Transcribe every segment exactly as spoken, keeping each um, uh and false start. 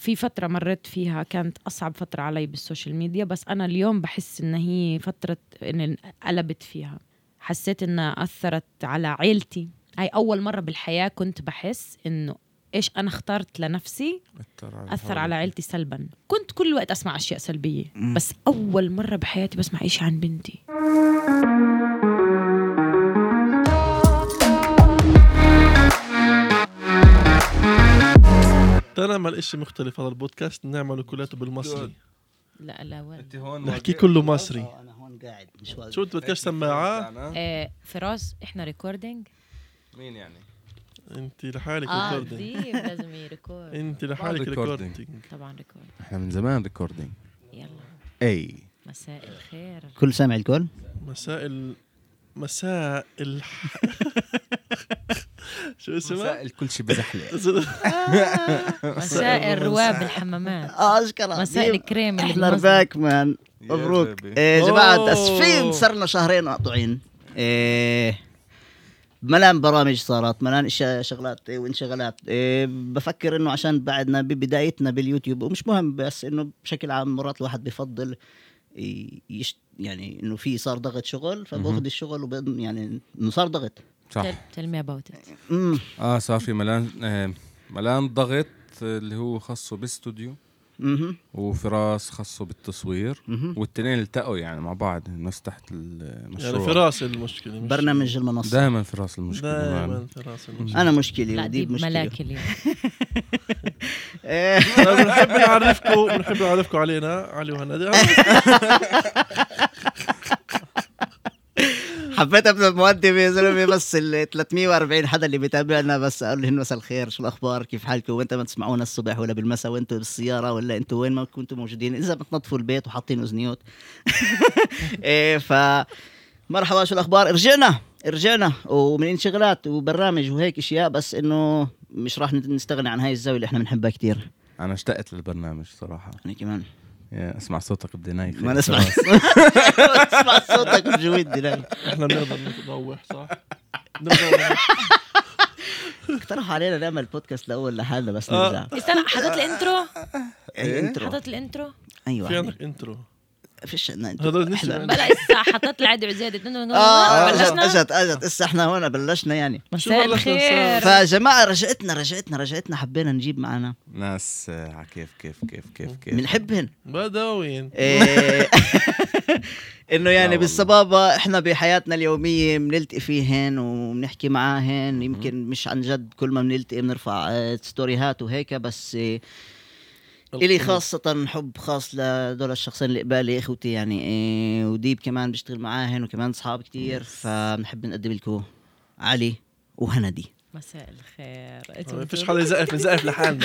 في فترة مرت فيها كانت أصعب فترة علي بالسوشيال ميديا، بس أنا اليوم بحس إن هي فترة إن قلبت فيها، حسيت إنها أثرت على عيلتي. هاي أول مرة بالحياة كنت بحس إنه إيش أنا اخترت لنفسي أثر على عيلتي سلبا. كنت كل وقت أسمع أشياء سلبية، بس أول مرة بحياتي بسمع إشي عن بنتي. ترى ما الاشي مختلف. هذا البودكاست نعمله كلياته بالمصري. لا لا وين نحكي كله مصري. انا هون قاعد مش شو انت بدكش سماعه؟ آه فراس احنا ريكوردينج. مين يعني؟ انت لحالك اه ريكوردينج. دي لازم يريكورد. انت لحالك ريكوردينج. طبعا ريكورد. احنا من زمان ريكوردينج. يلا اي مساء الخير. كل سامع الكل. مساء ال... مساء ال... شو اسمه؟ مساء الكل شي بزحلق. مساء الرواب الحمامات. اه اشكرا. مساء الكريم اللي احنا بالمصدر. رباك مان. مبروك يا جماعه. اسفين صرنا شهرين مقطوعين. إيه ملان برامج صارت، ملان اشياء شغلات وانشغالات. إيه بفكر انه عشان بعدنا ببدايتنا باليوتيوب ومش مهم، بس انه بشكل عام مرات الواحد بفضل يشت يعني انه في صار ضغط شغل فباخذ الشغل وب يعني انه صار ضغط. صح. tell me about it. اه صار في ملان آه ملان ضغط اللي هو خاصه بالاستوديو وفراس خاصه بالتصوير، والتنين التقوا يعني مع بعض الناس تحت المشروع. يعني فراس المشكلة مش برنامج المنصة دائما فراس المشكلة. دائما فراس المشكلة. أنا مشكلة لا دي مشكلة. ملاك اليوم. بنحب نعرفكم بنحب نعرفكم علينا علي وهنادي. حبيت ابدا بمقدمه يا زلمه، بس ال ثلاثمية وأربعين حدا اللي بيتابعنا بس اقول لهم مساء الخير، شو الاخبار، كيف حالكم، وانت ما تسمعونا الصبح ولا بالمساء وانتم بالسياره ولا انتم وين ما كنتم موجودين، اذا بتنظفوا البيت وحاطين اذنيوت. ايه ف مرحبا، شو الاخبار. رجعنا رجعنا ومن انشغالات وبرامج وهيك اشياء، بس انه مش راح نستغني عن هاي الزاويه اللي احنا بنحبها كتير. انا اشتقت للبرنامج صراحه. انا كمان اسمع صوتك بدناي. ما نسمع اسمع صوتك بجويد دناي. احنا بنقدر نروح صح. اقترحوا علينا نعمل بودكاست الاول لحالنا بس نرجع. استنى، حطيت الانترو. الانترو حطيت الانترو. ايوه في عندك انترو. فيش عندنا هذا نسمع. بلا اسا حطيت العادي وزيادة. اه اجت اجت اجت اسا احنا هون بلشنا يعني. مساء الخير. فجماعه رجعتنا رجعتنا رجعتنا حبينا نجيب معنا ناس ع كيف كيف كيف كيف كيف بنحبهن بدوين. انه يعني بالصبابه احنا بحياتنا اليوميه بنلتقي فيهن وبنحكي معاهن، يمكن مش عن جد كل ما بنلتقي بنرفع ستوريهات وهيك، بس إلي خاصة حب خاص لدول الشخصين اللي قبالي إخوتي يعني إيه، وديب كمان بشتغل معاهن وكمان أصحاب كتير، فبنحب نقدم لكم علي وهندي. مساء الخير. ما فيش حدا يزقف، نزقف لحالنا.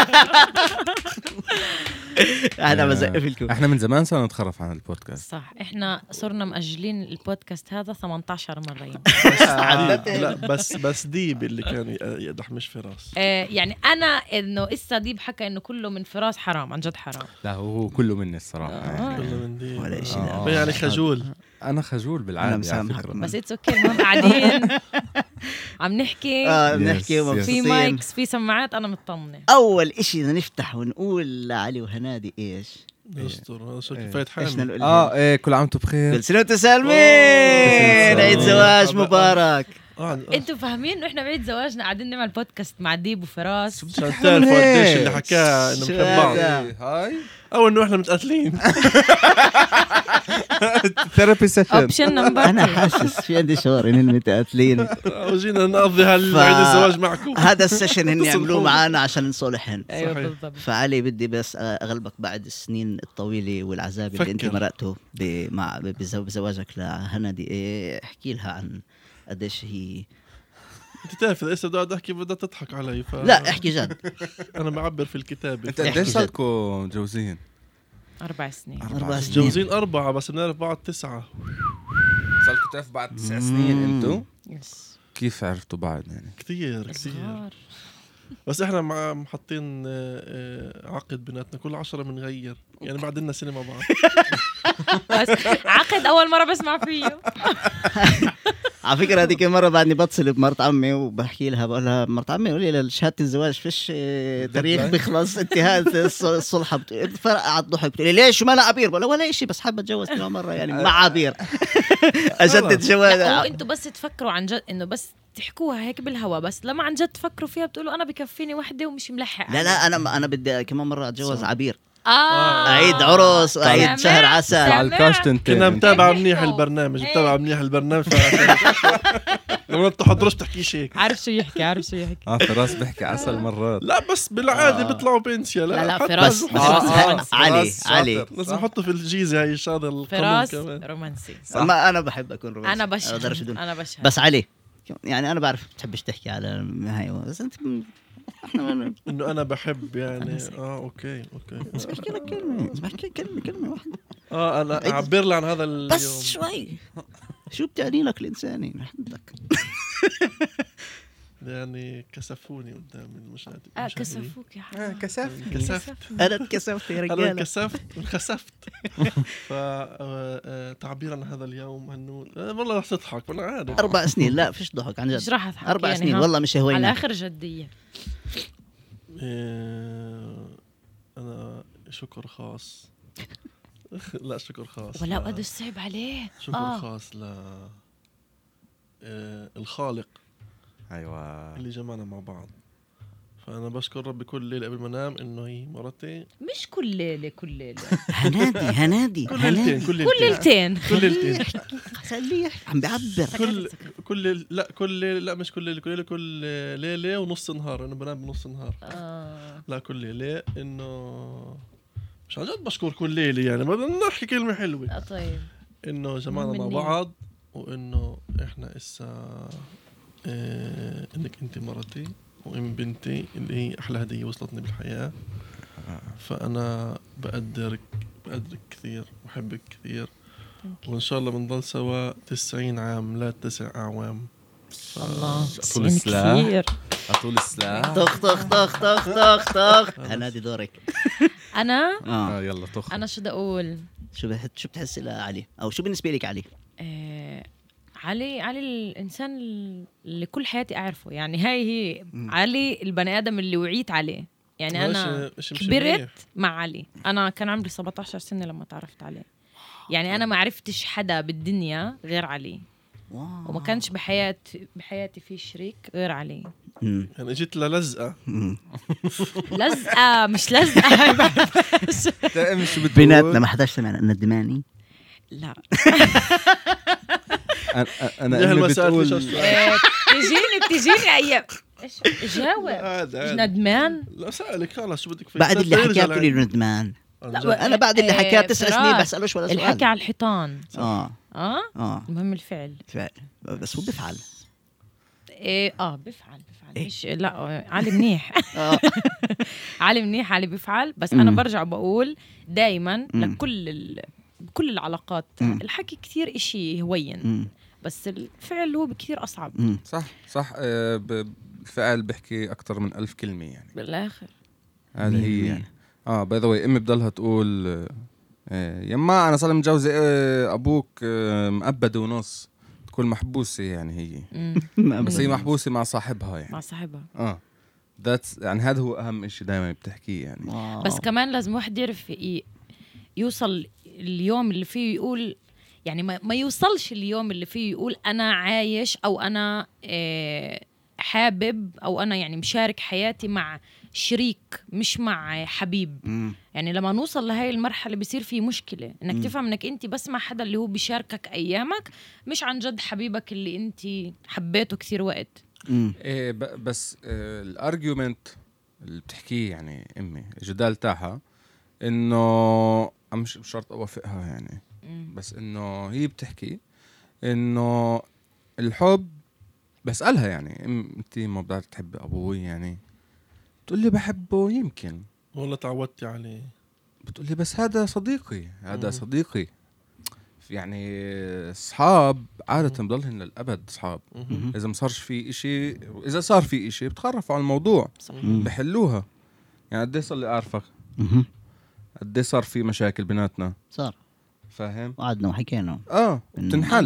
أنا بزقف لكم. إحنا من زمان صرنا نتخرف عن البودكاست. صح، إحنا صرنا مأجلين البودكاست هذا ثمانية عشر مرة. لا بس بس ديب اللي كان يقدح مش فراس. آه يعني أنا إنه إسا ديب حكى إنه كله من فراس حرام، عن جد حرام. لا هو كله مني الصراحة. آه. كله من ديب ولا شيء. آه. يعني خجول. أنا خجول بالعادة على فكرة. بس إتس أوكي، المهم قاعدين عم نحكي. آه بنحكي في مايكس في سماعات، أنا مطمنة. أول إشي نفتح ونقول لعلي وهنادي إيش؟ استر هذا شو كفاية حامل. اه ايه كل عام وانتم بخير. كل سنة وانتم سالمين، عيد زواج مبارك. انتوا فاهمين انه احنا بعيد زواجنا قاعدين نعمل بودكاست مع ديب وفراس عشان تعرفوا قديش اللي حكاه انه بنحب بعض، هاي او انه احنا متقاتلين. ثيرابي سيشن اوبشن نمبر. انا حاسس في عندي شعور انهم متقاتلين، وجينا نقضي هالعيد الزواج معكم. هذا السيشن هن يعملوه معنا عشان نصلحهن. ايوه بالضبط. فعلي بدي بس اغلبك بعد السنين الطويله والعذاب اللي انت مرقته مع بزواجك لهندي، احكي لها عن قديش هي. انت تعرف اذا بدي احكي بدها تضحك علي ف... لا احكي جد. انا بعبر في الكتابه. انت قديش صاركم متجوزين؟ أربع سنين. أربع سنين متجوزين أربعة، بس بنعرف بعض تسعة. صاركم تعرف بعد تسع سنين انتو؟ يس. كيف عرفتوا بعض يعني؟ كتير كتير. بس احنا مع محطين عقد بيناتنا كل عشرة بنغير، يعني بعد لنا سنة مع بعض. بس عقد أول مرة بسمع فيه. على فكرة هذيك مرة بعدني بتصل بمرت عمي وبحكي لها بقول لها مرت عمي قولي لها شهادة الزواج فيش آه، تاريخ بيخلص انتهاء الص- الصلحة. فرق على الضحك بتقول لي ليش ما لا عبير؟ بقول لها ولا شيء بس حابة اتجوز كمان مرة يعني مع عبير. اجدد لا، هو جواز. انتوا بس تفكروا عن جد انه بس تحكوها هيك بالهوا، بس لما عن جد تفكروا فيها بتقولوا انا بكفيني وحده ومش ملحق. لا لا انا انا بدي كمان مرة اتجوز عبير، اه اعيد عرس واعيد سمعت. شهر عسل. سمعت. على الكاشتنتين كنا متابع إيه منيح بيحكوا؟ البرنامج إيه. متابع منيح البرنامج فعشان- لما انت تحضرش تحكيش هيك. عارف شو يحكي، عارف شو يحكي. اه فراس بيحكي عسل مرات. لا بس بالعاده آه. بيطلعوا بنسيا. لا لا لا حتى فراس بس- فراس آه، رومانسي. علي فراس علي شاطر. لازم صح. نحطه في الجيزه هاي هذا القانون فراس كمان. رومانسي. ما انا بحب اكون رومانسي. انا أقدرش بشهد بدون. انا بشهد بس علي يعني انا بعرف بتحبش تحكي على هاي بس انت احنا انه انا بحب يعني اه اوكي اوكي بس بحكي لك كلمه بس بحكي كلمه كلمه واحده اه انا اعبر لي عن هذا اليوم. بس شوي. شو بتعني لك الانساني نحبك؟ يعني كسفوني قدام المشاهد. اه كسفوك يا حبيبي. كسفت كسفت انا اتكسفت يا انا رجاله. انكسفت وانخسفت. ف آه، آه، تعبيرا عن هذا اليوم هنقول آه، والله رح تضحك وانا عارف. اربع سنين لا فيش ضحك عن مش جد. راح اضحك اربع يعني سنين ها؟ والله مش على هوينا. اخر جديه. آه، انا شكر خاص. لا شكر خاص ولا لا. قد صعب عليه. شكر آه. خاص ل آه، الخالق ايوه اللي جمعنا مع بعض. فأنا بشكر ربي كل ليلة قبل ما أنام إنه هي مرتي. مش كل ليله كل ليله هنادي هنادي كل ليلتين هنادي كل كل ليلتين ليلتين. كل ليلتين خليه يحكي. عم بيعبر. كل كل ليل- لا كل ليلة لا مش كل ليلة كل ليلة كل ليلة ونص نهار. أنا بنام بنص نهار. آه. لا كل ليلة إنه مش عن جد بشكر كل ليلة يعني بدنا نحكي كلمة حلوة آه طيب. إنه جمعنا مع مني. بعض وإنه إحنا إسا إيه إنك أنت مرتي وإم بنتي اللي هي أحلى هدية وصلتني بالحياة. فأنا بقدرك بقدرك كثير وبحبك كثير وإن شاء الله بنضل سوا تسعين عام لا تسع أعوام. الله طول السلاح. كثير. طول السلاح. طخ طخ طخ طخ طخ طخ. هنادي دورك. انا اه اه يلا تخ. انا شو بدي اقول. شو بحس شو بتحسي لعلي او شو بالنسبه لك علي؟ آه علي علي الانسان اللي كل حياتي اعرفه، يعني هاي هي علي البني ادم اللي وعيت عليه. يعني انا مش- مش كبرت منيح. مع علي. انا كان عمري سبعة عشر سنه لما تعرفت عليه. يعني انا ما عرفتش حدا بالدنيا غير علي، واو. وما كانش بحياتي بحياتي في شريك غير علي. مم. يعني جيت للزقة مم. لزقه مش لزقه. دائما شو بتقول؟ بيناتنا ما حداش سمع ان الدماني. لا انا انا يا امي هالمسائل فيش بتقول أصلاً. آه، تجيني بتجيني ايام. ايش جاوب. عادي مش عادي. ندمان. لا سألك خلاص شو بدك فيه. بعد لا اللي ترجع حكاه بتقولي لعندي. له ندمان. عن لا، جد. انا بعد اللي حكاه آه، تسع فراس. سنين بسالوش ولا سؤال. الحكي على الحيطان. اه اه اه المهم الفعل. فعلا بس هو بفعل. إيه اه بفعل بفعل إيه؟ مش لا آه، علي منيح. اه علي منيح علي بفعل. بس انا مم. برجع بقول دايما مم. لكل ال... كل العلاقات مم. الحكي كتير اشي هوين، مم. بس الفعل هو كتير اصعب مم. صح صح. آه، ب- الفعل بحكي اكثر من ألف كلمه يعني. بالاخر. هذا مية هي بالمية. يعني. اه باي ذا واي امي بضلها تقول آه، آه، يما انا صار لي متجوزه آه، ابوك آه، مأبده ونص. تكون محبوسه يعني هي. مم. بس هي محبوسه مع صاحبها يعني. مع صاحبها. اه ذاتس يعني هذا هو اهم شيء دائما بتحكيه يعني. واو. بس كمان لازم واحد يعرف ي- يوصل اليوم اللي فيه يقول، يعني ما, ما يوصلش اليوم اللي فيه يقول أنا عايش أو أنا آه، حابب أو أنا يعني مشارك حياتي مع شريك مش مع حبيب. مم. يعني لما نوصل لهاي المرحلة بيصير في مشكلة إنك مم. تفهم إنك أنت بس مع حدا اللي هو بيشاركك أيامك، مش عن جد حبيبك اللي أنت حبيته كثير وقت. مم. إيه ب- بس آه الارجيومنت اللي بتحكيه يعني امي الجدال تاعها انه أنا مش مش شرط اوافقها يعني. مم. بس انه هي بتحكي انه الحب. بسألها يعني ام انت ما بتعرفي تحبي ابوي يعني؟ بتقول لي بحبه يمكن. والله تعودتي عليه. بتقول لي بس هذا صديقي هذا مم. صديقي. يعني اصحاب عادة بضلهن للابد اصحاب. مهم. اذا ما صارش في اشي اذا صار في اشي بتخرفوا على الموضوع صح. مم. بحلوها. يعني قد ايه صار لي اعرفك؟ مهم. قد ايه صار في مشاكل بيناتنا؟ صار فاهم؟ قعدنا وحكينا. اه بتنحل. أنا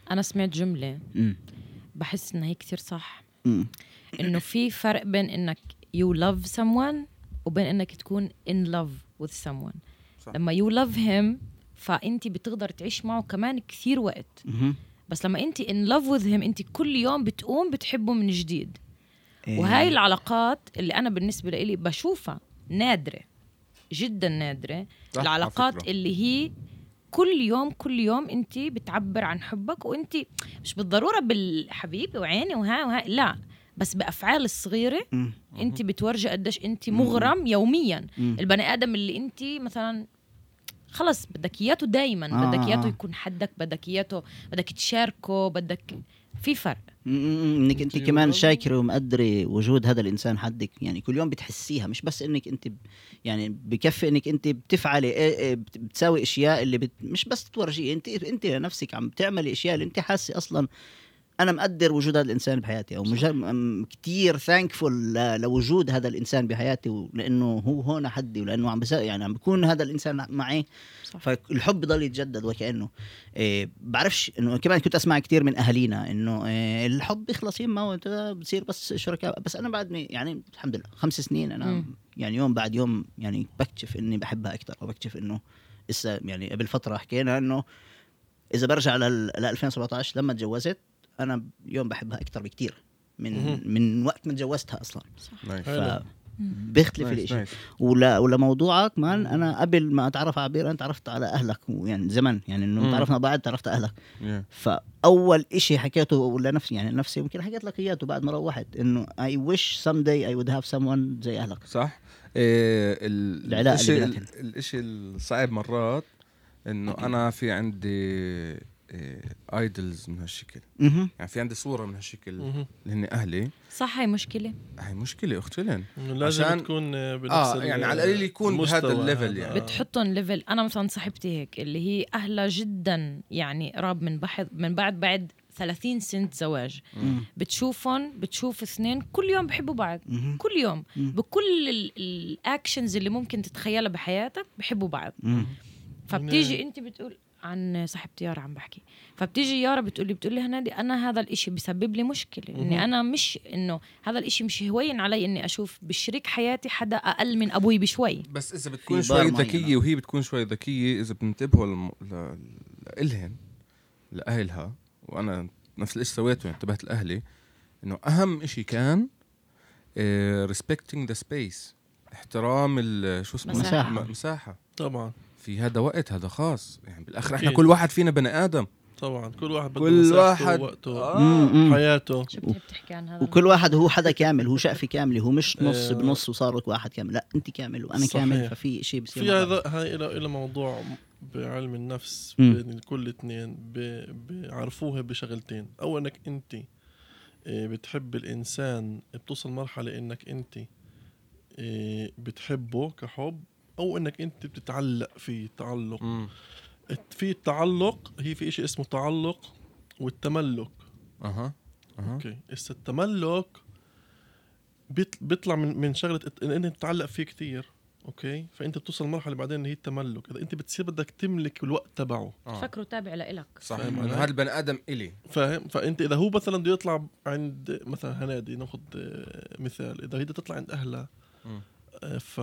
انا سمعت جمله مم. بحس انها هي كتير صح، مم. انه في فرق بين انك you love someone وبين انك تكون in love with someone. صح. لما you love him فانت بتقدر تعيش معه كمان كثير وقت، مهم. بس لما انت in love with him انت كل يوم بتقوم بتحبه من جديد. إيه. وهاي العلاقات اللي انا بالنسبه لي بشوفها نادره جدا نادره، صح، العلاقات على فكرة. اللي هي كل يوم كل يوم انت بتعبر عن حبك، وانت مش بالضروره بالحبيب وعيني وها وها لا، بس بافعال الصغيره مم. انت بتورجي قديش انت مغرم يوميا. مم. البني ادم اللي انت مثلا خلص بدك اياته دايما، آه، بدك اياته آه. يكون حدك، بدك اياته بدك تشاركه، بدك في فرق. مم. انك انت أنت كمان برضو- شاكره ومقدره وجود هذا الانسان حدك، يعني كل يوم بتحسيها، مش بس انك انت ب... يعني بكفي انك انت بتفعلي إيه إيه بت- بتساوي اشياء اللي بت... مش بس تورجيه، انت انت نفسك عم بتعملي اشياء اللي انت حاسه اصلا انا مقدر وجود هذا الانسان بحياتي، او مج... م- كتير ثانكفول ل... لوجود هذا الانسان بحياتي، ولانه هو هون حدي، ولانه عم بس... يعني عم بكون هذا الانسان معي. صح. فالحب بضل يتجدد وكأنه إيه بعرفش انه كمان كنت اسمع كتير من اهالينا انه إيه الحب يخلص يما وانت بتصير بس شركاء، بس انا بعدني يعني الحمد لله خمس سنين انا مم. يعني يوم بعد يوم يعني بكتشف اني بحبها اكثر، وبكتشف انه لسه يعني قبل فتره حكينا انه اذا برجع لل ل ألفين وسبعطعش لما تجوزت انا اليوم بحبها اكثر بكتير من مهم. من وقت ما تجوزتها اصلا. نايس. حلو. بيختلف نايس، الاشي. نايس. ولا ولا موضوعك مان، انا قبل ما اتعرف على عبير انا تعرفت على اهلك، يعني زمان يعني انه مم. تعرفنا بعد تعرفت على اهلك. Yeah. فاول إشي حكيته ولا نفسي يعني نفسي يمكن حكيت لك اياه بعد ما روحت انه I wish someday I would have someone زي اهلك. صح. إيه ال- العلاقة اللي الإشي بيناتهم. ال- الإشي الصعب مرات إنه أنا في عندي ايدلز من هالشكل، اها يعني في عندي صورة من هالشكل مهم. اللي هن أهلي. صح، هي مشكله. هاي مشكلة أختلن. إنه لازم عشان- تكون بنفس آه، ال- يعني على القليل يكون بهذا المستوى الليفل هذا. يعني. بتحطهم ليفل. انا مثلا صاحبتي هيك اللي هي اهلها جدا يعني قراب من بحث من بعد بعد ثلاثين سنة زواج، بتشوفهم بتشوف اثنين كل يوم بحبوا بعض، مهم. كل يوم مم. بكل ال- الاكشنز اللي ممكن تتخيلها بحياتك بحبوا بعض. مم. فبتيجي انت بتقول عن صاحبتي يارا عم بحكي، فبتيجي يارا بتقولي بتقولي هنادي انا هذا الاشي بسبب لي مشكله، اني انا مش انه هذا الاشي مش هوين علي اني اشوف بشريك حياتي حدا اقل من ابوي بشوي. بس إذا بتكون في بار شوي معينة. ذكية وهي بتكون شوي ذكية، إذا بننتبهوا للم... ل... لإلهن لأهلها، وأنا نفس الإشي سويته يعني انتبهت لأهلي إنه أهم إشي كان إيه respecting the space، احترام ال... شو اسمه مساحة. م- مساحة طبعا في هذا وقت، هذا خاص يعني بالآخر إحنا أكيد. كل واحد فينا بني آدم، طبعا كل واحد بده كل مساحته واحد ووقته آه. مم. مم. حياته. شو بتحب تحكي عن هذا؟ وكل واحد هو حدا كامل، هو شقفة كاملة، هو مش نص آه. بنص وصار لك واحد كامل، لا انت كامل وانا صحيح. كامل، ففي شيء بصير في مع هذا هاي إلى إلى موضوع بعلم النفس مم. بين كل اثنين ب- بيعرفوها بشغلتين. أو إنك أنت إيه، بتحب الإنسان، بتوصل مرحلة إنك أنت إيه، بتحبه كحب، أو إنك أنت بتتعلق فيه تعلق. مم. في التعلق، هي في إشي اسمه تعلق والتملك. أها أها اوكي هسه التملك بيط- بيطلع من من شغله إت- ان انت بتتعلق فيه كتير. اوكي فانت بتوصل مرحله بعدين ان هي التملك، اذا انت بتصير بدك تملك الوقت تبعه. آه. فكروا تابع لإلك. صح، فاهم إنه علي؟ هذا البني آدم إلي. فاهم؟ فانت اذا هو مثلا بده يطلع عند مثلا هنادي، ناخذ آه، مثال، اذا هي بدها تطلع عند اهلها مم. آه، ف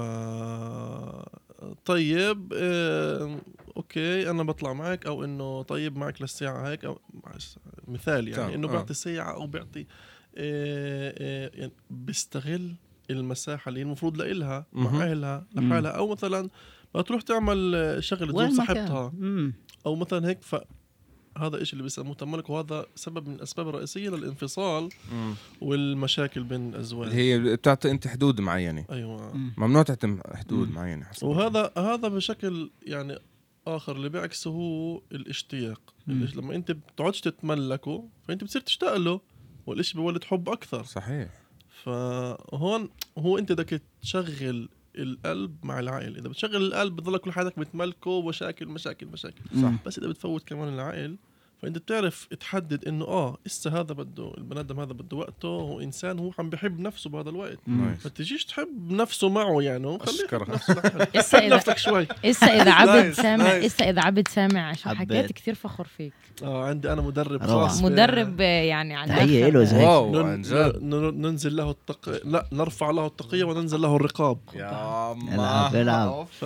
طيب آه، اوكي انا بطلع معك، او انه طيب معك للساعه هيك، او معلش، مثال تمام، يعني انه آه. بيعطي ساعه او بيعطي آه، آه، يعني بيستغل المساحه اللي المفروض لإلها مهم. مع اهلها لحالها، او مثلا ما تروح تعمل آه، شغله تزور وين ما صاحبتها كان. مم. او مثلا هيك. فهذا إشي اللي بيسموه تملك، وهذا سبب من الاسباب الرئيسيه للانفصال مم. والمشاكل بين الازواج. اللي هي بتعطي أنت حدود معينة، ايوه مم. ممنوع تعتم حدود مم. معينة حسب. وهذا هذا بشكل يعني اخر اللي بيعكسه هو الاشتياق. مم. الإش- لما انت بتقعدش تتملكه فانت بتصير تشتاق له، والإشي بيولد حب اكثر. صحيح. فهون هو انت بدك تشغل القلب مع العقل. اذا بتشغل القلب بتضل كل حياتك بتملكه، مشاكل مشاكل مشاكل. صح. بس اذا بتفوت كمان العقل فانت بتعرف تحدد انه اه اسا هذا بده البني ادم هذا بده وقته، هو انسان هو عم بحب نفسه بهذا الوقت، ما تجيش تحب نفسه معه يعني خليه يحب نفسه اسا نفسك شوي. اسا اذا عبد سامع اسا اذا عبد سامع شو حبيت. حكيت كثير فخور فيك. اه عندي انا مدرب روعة. خاص مدرب يعني عن تحية له زي واو عن جد. نن- ننزل له التق... لا نرفع له التقية وننزل له الرقاب. يا العب العب ف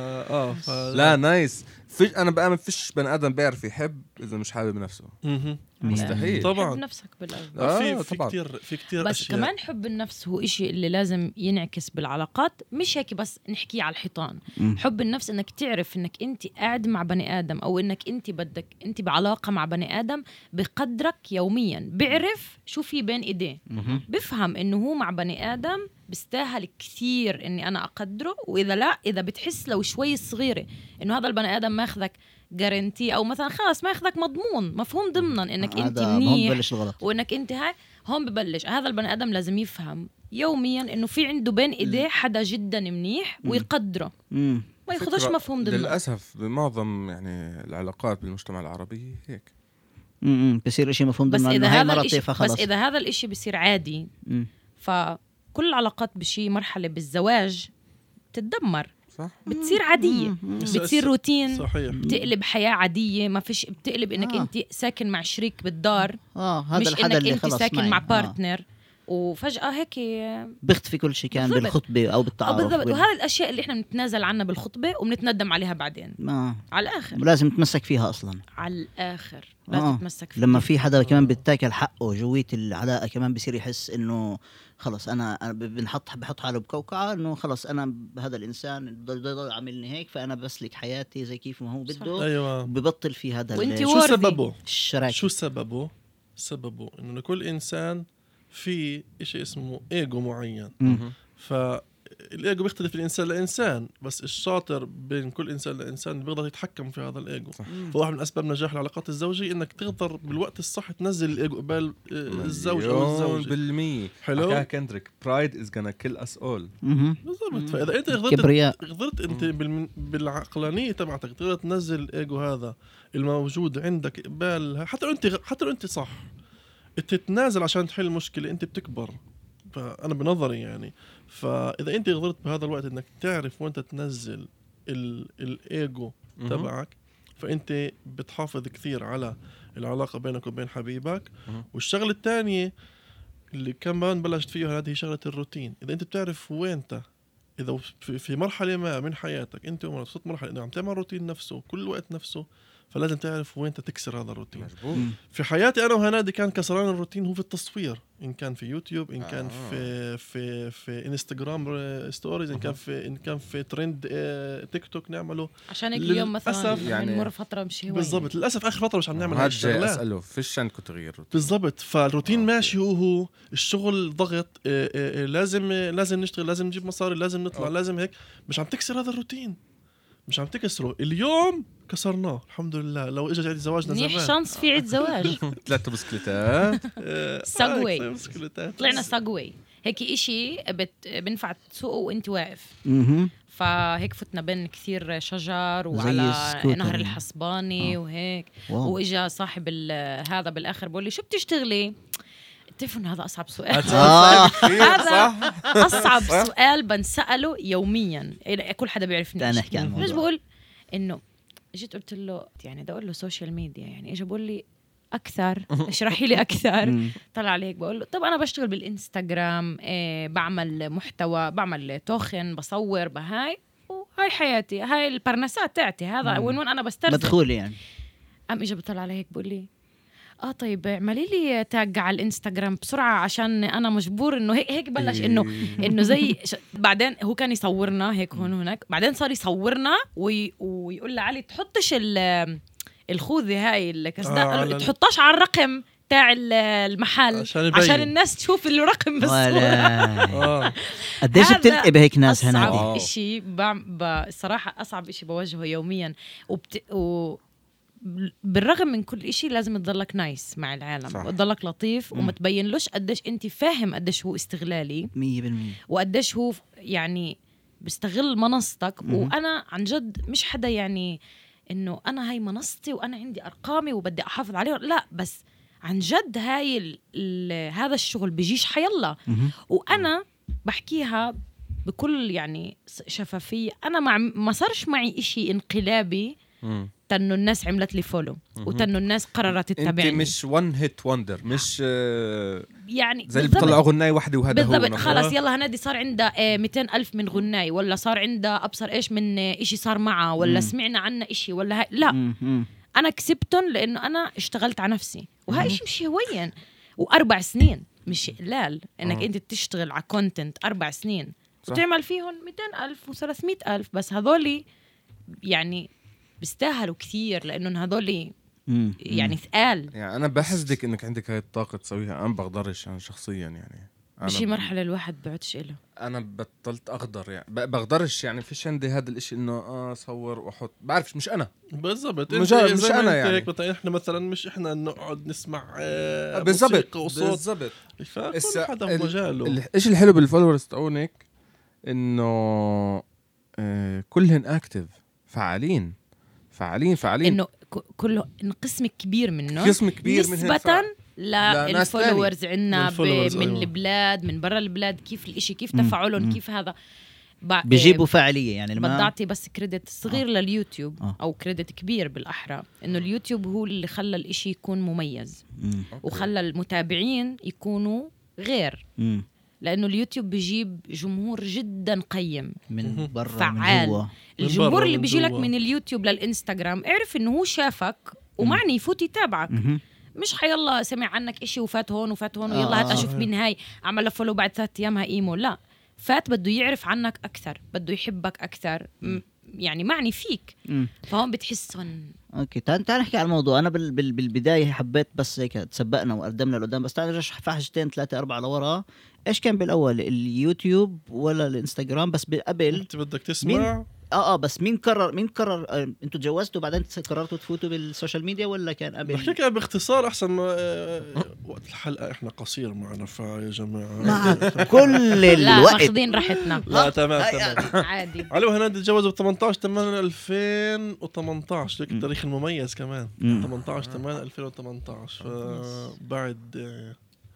اه ف لا نايس. فيش انا بآمن فيش بني ادم بيعرف يحب اذا مش حابب نفسه. مهم. مستحيل. طبعا حب نفسك بالاول. آه في آه، في طبعاً. كتير في كتير بس اشياء. كمان حب النفس هو إشي اللي لازم ينعكس بالعلاقات، مش هيك بس نحكيه على الحيطان. مم. حب النفس انك تعرف انك انت قاعد مع بني ادم او انك انت بدك انت بعلاقه مع بني ادم بقدرك يوميا، بيعرف شو في بين ايديه، مهم. بفهم انه هو مع بني ادم بيستاهل كثير اني انا اقدره، واذا لا اذا بتحس لو شوي صغيره انه هذا البني ادم ماخذك جارنتي او مثلا خلاص ماخذك مضمون مفهوم ضمنا انك انت هذا هون منيح بلش الغلط. وانك انت هاي، هون ببلش هذا البني ادم لازم يفهم يوميا انه في عنده بين ايديه حدا جدا منيح ويقدره، مم. ما ياخذش فكرة مفهوم ضمنا. للأسف بمعظم يعني العلاقات بالمجتمع العربي هيك. مم. بصير إشي مفهوم بس ضمن اذا إنه هاي هذا مرتي الاشي فخلص. بس اذا هذا الاشي بصير عادي، مم. فكل العلاقات بشي مرحله بالزواج تتدمر، صح. بتصير عاديه، بس- بتصير روتين، صحيح. بتقلب حياه عاديه، ما فيش بتقلب انك آه. انت ساكن مع شريك بالدار، اه هذا مش الحدا انك اللي انت خلص ساكن معي. مع آه. بارتنر وفجاه هيك بيختفي كل شيء كان بالضبط. بالخطبة أو أو بالتعارف. بالضبط. بال- وهذه الاشياء اللي احنا بنتنازل عنها بالخطبه وبنتندم عليها بعدين ما على الاخر، لازم تمسك فيها أصلا. على الاخر لازم آه. تتمسك فيها. لما في حدا كمان بيتاكل حقه جويت العلاقة كمان بصير يحس إنه خلص أنا أنا ب- بنحط بحط حاله بكوكعة إنه خلص أنا هذا الإنسان ضل ضل عاملني هيك فأنا بسلك حياتي زي كيف ما هو بده، ايوه ببطل في هذا وإنتي ال- شو worthy. سببه؟ الشراكة. شو سببه؟ سببه انه لكل انسان في اشي اسمه ايجو معين، مم. فالايجو بيختلف من انسان لانسان، بس الشاطر بين كل انسان لانسان بيقدر يتحكم في هذا الايجو. فواحد من اسباب نجاح العلاقات الزوجيه انك تقدر بالوقت الصح تنزل الايجو قبال آه، الزوج او مليون الزوجه. بالمية. حلو. حكاها كندريك برايد از gonna kill us all. مهم. بالضبط. فاذا انت قدرت كبرياء. قدرت انت بالمن- بالعقلانيه تبعتك تقدر تنزل الايجو هذا الموجود عندك قبال، حتى لو انت حتى لو انت صح تتنازل عشان تحل المشكله، انت بتكبر. فانا بنظري يعني، فاذا انت قدرت بهذا الوقت انك تعرف وانت تنزل ال- الايجو مهم. تبعك، فانت بتحافظ كثير على العلاقه بينك وبين حبيبك. مهم. والشغله الثانيه اللي كمان بلشت فيها هذه شغله الروتين. اذا انت بتعرف وين انت، اذا في- في مرحله ما من حياتك انت ومرتك وصلت مرحله انه عم تعمل روتين نفسه كل وقت نفسه، فلازم تعرف وين انت تكسر هذا الروتين. مجبور. في حياتي انا وهنادي كان كسران الروتين هو في التصوير، ان كان في يوتيوب، ان كان آه. في في في انستغرام ستوريز، ان كان في ان كان في ترند آه، تيك توك نعمله. عشان هيك اليوم مثلا للأسف يعني يعني- بنمر فتره مش هوايه بالضبط. للاسف اخر فتره مش عم نعمل هاي هاد جاي الشغلات. اساله فيش عندكم تغيير روتين؟ بالضبط. فالروتين آه، ماشي هو هو الشغل ضغط، آه، آه، آه، لازم آه، لازم نشتغل، لازم نجيب مصاري، لازم نطلع، آه. لازم هيك. مش عم تكسر هذا الروتين، مش عم تكسره. اليوم كسرناه الحمد لله. لو اجى عيد زواجنا منيح زمان شانس في عيد زواج. ثلاث بسكليتات. آه، Segway. آه، مسكلتات. طلعنا ساجوي هيك إشي بت... بنفع تسوقه وانت واقف، مهم. فهيك فتنا بين كثير شجر وعلى السكوتر. نهر الحصباني آه. وهيك. واو. واجا صاحب ال- هذا بالاخر بقول لي شو بتشتغلي؟ بتعرفوا إن هذا اصعب سؤال. آه. هذا صح. اصعب صح. سؤال بنساله يوميا، إيه، كل حدا بيعرفني. تعال نحكي عن ليش الموضوع. بقول انه جيت قلت له يعني بدي اقول له سوشيال ميديا، يعني اجى بقول لي اكثر اشرحي لي اكثر. مم. طلع عليك بقول له طب انا بشتغل بالانستغرام، إيه بعمل محتوى، بعمل توخن، بصور بهاي، وهاي حياتي، هاي البرنسات تاعتي، هذا وين وين انا بسترزق. مدخول يعني. قام اجى بطلع علي هيك بقول لي اه طيب اعملي لي تاج على الانستغرام بسرعه عشان انا مجبور انه هيك هيك بلش انه انه زي ش... بعدين هو كان يصورنا هيك هون وهناك، بعدين صار يصورنا وي... ويقول لعلي تحطش ال... الخوذه هاي الكسداء آه، على ال- تحطاش على الرقم تاع ال- المحل عشان يبين. عشان الناس تشوف الرقم بالصورة. ولا اه قديش هذا بتلقي بهيك ناس هنا؟ أصعب واو. إشي بعم- ب... الصراحة أصعب إشي بواجهه يوميا. وبت... و... بالرغم من كل إشي لازم تضلك نايس مع العالم، صح. وتضلك لطيف وما تبينلوش قديش أنت فاهم قديش هو استغلالي مية بالمية. وقديش هو ف- يعني بيستغل منصتك. مم. وأنا عن جد مش حدا يعني انه انا هاي منصتي وانا عندي ارقامي وبدي احافظ عليها، لا بس عن جد هاي ال ال هذا الشغل بيجيش حيلا. وانا بحكيها بكل يعني شفافية، انا مع ما صارش معي اشي انقلابي تنو الناس عملت لي فولو وتنو الناس قررت تتابعني. انت مش وان هيت وندر، مش آه يعني زي اللي بيطلعوا غناي واحدة وهذا هو بالضبط. خلاص يلا هنادي صار عندها مئتين ألف من غناي، ولا صار عندها أبصر إيش من إشي صار معها، ولا مم. سمعنا عنها إشي ولا هاي. لا مم. أنا كسبتن لأنه أنا اشتغلت على نفسي، وهاي إشي مش هوين. وأربع سنين مش قلال إنك أوه. أنت تشتغل على كونتنت أربع سنين صح. وتعمل فيهم مئتين ألف وثلاثمئة ألف، بس هذولي يعني بيستاهلوا كثير لأنه هذولي مم. يعني ثقال. يعني أنا بحسدك إنك عندك هاي الطاقة تسويها، أنا بقدرش أنا شخصيا يعني. بشي مرحلة الواحد بعدش إله. أنا بطلت أقدر يعني بقدرش يعني فيش عندي هذا الإشي إنه آه صور وأحط، بعرفش مش أنا بالضبط. مش, مش أنا يعني إحنا مثلا مش إحنا نقعد نسمع آه بالضبط وصوت بالضبط. فكل حدا في مجاله. الإشي الحلو بالفولورز تاعونك إنه آه كلهن أكتيف فعالين فعالين فعالين إنه كله إن قسم كبير منه قسم كبير نسبة للفولورز عنا من البلاد من برا البلاد. كيف الاشي كيف تفاعلهم كيف هذا بيجيبوا فاعلية. يعني بدي أعطي بس كريدت صغير آه. لليوتيوب آه. أو كريدت كبير بالأحرى إنه اليوتيوب هو اللي خلى الاشي يكون مميز مم. وخلى المتابعين يكونوا غير مم. لأنه اليوتيوب بيجيب جمهور جدا قيم من برا فعال. من الجمهور اللي بيجي لك من اليوتيوب للإنستغرام اعرف إنه هو شافك ومعني يفوت يتابعك مم. مش حيلا سمع عنك إشي وفات هون وفات هون ويلا آه. هات أشوف مين هاي عمل فولو بعد ثلاثة أيام هايمو. لا فات بده يعرف عنك أكثر، بده يحبك أكثر م- يعني معني فيك م. فهم بتحسن. أوكي تعال تعال نحكي على الموضوع. أنا بال بال بالبداية حبيت بس هيك تسبقنا وقدمنا لقدام، بس تعال نرجع فحشتين ثلاثة أربعة لورا. إيش كان بالأول اليوتيوب ولا الإنستغرام؟ بس قبل أنت بدك تسمع اه اه بس مين قرر مين قرر آه انتوا تجوزتوا بعدين قررتوا تفوتوا بالسوشيال ميديا ولا كان قبل؟ بحكيك باختصار احسن ما آه وقت الحلقه احنا قصير معنا فيا جماعه مع كل الوقت لا ماخذين راحتنا. لا تمام تمام عادي. علي وهنادي تجوزوا ب ثمانية عشر ثمانية ألفين وثمانية عشر ليك التاريخ المميز كمان ثمانية عشر ثمانية ألفين وثمانية عشر. فبعد آه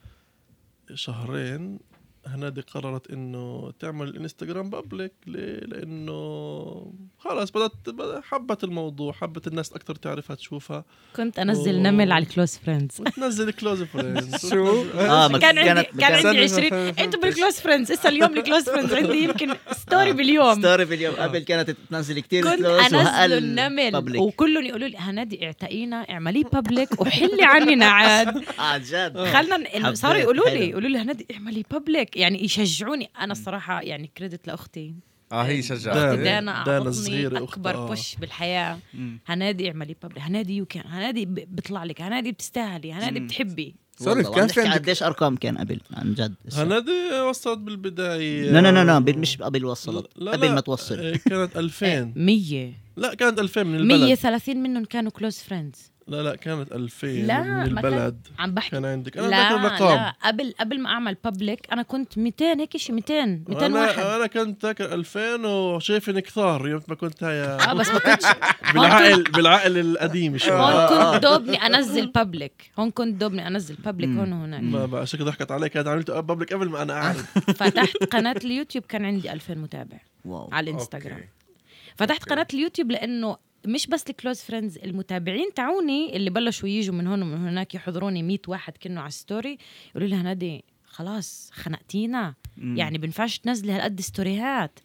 شهرين هنادي قررت انه تعمل الانستغرام بابليك. ليه؟ لانه خلاص بدت حبت الموضوع، حبت الناس اكثر تعرفها تشوفها. كنت انزل و... نمل على الكلوز فريندز وتنزل كلوز فريندز شو اه كان عندي كان عندي عشرين انتوا بالكلوز فريندز. اسا اليوم الكلوز فريندز عندي يمكن ستوري باليوم ستوري باليوم. قبل كانت تنزل كتير كنت انزل النمل وكلهم يقولوا لي هنادي اعتقينا اعملي بابليك وحلي عننا عاد اه جد خلنا صاروا يقولوا لي يقولوا لي هنادي اعملي بابليك يعني يشجعوني. انا الصراحه يعني كريدت لاختي اه هي شجعتني. دانا اعطتني اكبر آه. بوش بالحياه. هنادي اعملي بابليك، هنادي يو كان، هنادي بيطلع لك، هنادي بتستاهلي، هنادي بتحبي. سوري كان في قديش ارقام كان قبل عن جد؟ هنادي وصلت بالبدايه لا لا لا مش قبل وصلت قبل ما توصل كانت ألفين مية لا كانت ألفين من البلد. مية وثلاثين منهم كانوا كلوز فريندز. لا لا كانت ألفين لا من البلد. عم بحكي كان عندك أنا لا لا قبل قبل ما أعمل بابليك أنا كنت مئتين هيك شيء مئتين مئتين أنا واحد. أنا كنت ذاكر ألفين وشايفني كثار يوم ما كنت هيا آه بس ما كنتش بالعقل بالعقل القديم شوي. هون كنت دوبني أنزل بابليك هون كنت دوبني أنزل بابليك هون وهناك. ما بقى شكل ضحكت عليك كانت عملت بابليك قبل ما أنا أعرف. فتحت قناة اليوتيوب كان عندي ألفين متابع واو. على الإنستغرام. فتحت قناة اليوتيوب لأنه مش بس الكلوز فريندز، المتابعين تعوني اللي بلشوا يجوا من هون ومن هناك يحضروني مية واحد كنوا على ستوري يقولوا لي هنادي خلاص خنقتينا مم. يعني بنفعش تنزلي هالقد ستوريهات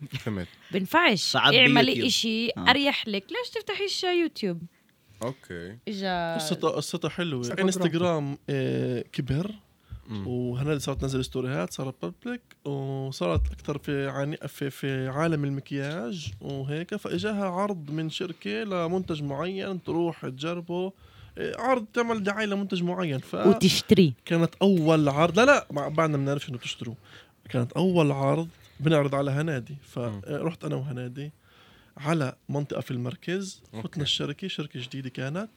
بنفعش اعملي إشي آه. أريح لك. ليش تفتحيش يوتيوب؟ اوكي اجا قصته قصته حلوه. انستغرام آه كبر وهنادي صارت تنزل ستوريهات، صارت بابليك وصارت اكثر في عن... في في عالم المكياج وهيك. فاجاها عرض من شركه لمنتج معين تروح تجربه، عرض تعمل دعايه لمنتج معين ف... وتشتري. كانت اول عرض لا لا بعدنا ما بنعرفش انه تشتروا. كانت اول عرض بنعرض على هنادي. فرحت انا وهنادي على منطقه في المركز. فتنا الشركه شركه جديده كانت.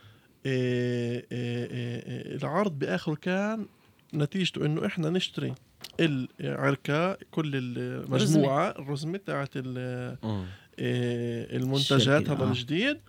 إيه إيه إيه العرض باخره كان نتيجته انه احنا نشتري العركة كل المجموعة الرزمة تاعت المنتجات هذا الجديد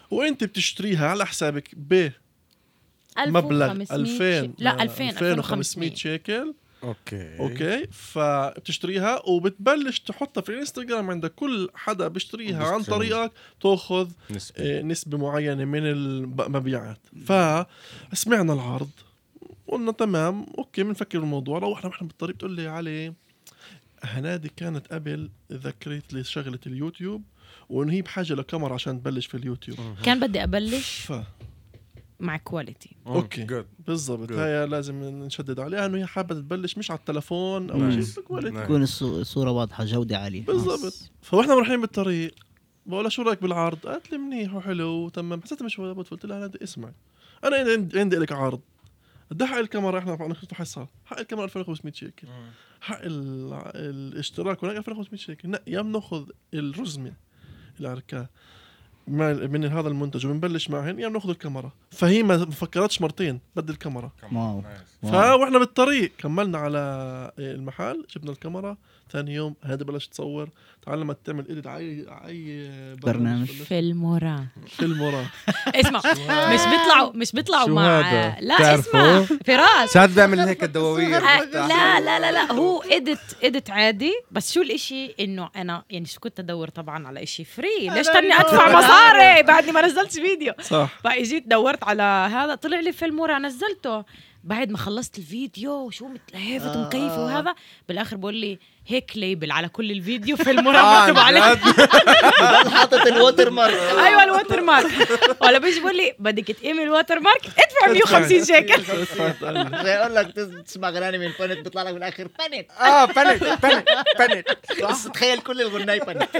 وانت بتشتريها على حسابك بمبلغ ألفين لا ألفين وخمسمية شيكل. اوكي اوكي فبتشتريها وبتبلش تحطها في الانستغرام عندك. كل حدا بيشتريها عن طريقك تاخذ نسبة. آه نسبة معينة من المبيعات. فسمعنا العرض قلنا تمام اوكي بنفكر بالموضوع. روحنا واحنا بالطريق بتقول لي علي هنادي كانت قبل ذكرت لي شغلة اليوتيوب وإن هي بحاجة لكاميرا عشان تبلش في اليوتيوب. كان بدي أبلش ف... مع كواليتي. اوكي بالضبط. هاي لازم نشدد عليها انه هي حابه تبلش مش على التلفون او شيء كواليتي تكون الصوره واضحه جوده عاليه بالضبط. فاحنا رايحين بالطريق بقول شو رايك بالعرض؟ قالت لي منيح وحلو وتمام. حسيت مش ولا قلت لها انا اسمع انا عندي لك عرض قد حق الكاميرا. احنا ناخذ حصه حق الكاميرا ألفين وخمسمية شيكل حق الاشتراك هناك ألفين وخمسمية شيكل. لا يا بناخذ الرزمه الاركان من هذا المنتج وبنبلش معهن يا بناخذ الكاميرا. فهي ما فكرتش مرتين بدل الكاميرا. واو. فاحنا بالطريق كملنا على المحل جبنا الكاميرا. ثاني يوم هذا بلش تصور تعلمت تعمل إيديت على اي برنامج فيلمورا فيلمورا اسمع مش بيطلعوا مش بيطلعوا مع هذا؟ لا اسمع فراس ساعات بيعمل هيك الدواوير. لا لا لا لا هو إيديت إيديت عادي. بس شو الاشي انه انا يعني شو كنت ادور طبعا على اشي فري. ليش تاني ادفع مصاري بعدني ما نزلت فيديو صح. فاجيت دورت على هذا طلع لي فيلمورا نزلته. بعد ما خلصت الفيديو وشو متلهفت آه. ومكيفه وهذا بالاخر بقول لي هيك ليبل على كل الفيديو فيلمورا مكتوب عليه حاطط الووتر مارك. ايوه الووتر مارك. ولا بيجي بقول لي بدك تقيمي الووتر مارك ادفع مية وخمسين شيكل. زي اقول لك تسمع غناني من بانت بيطلع لك بالاخر بانت. اه بانت بانت بانت بس تخيل كل الغناي بانت.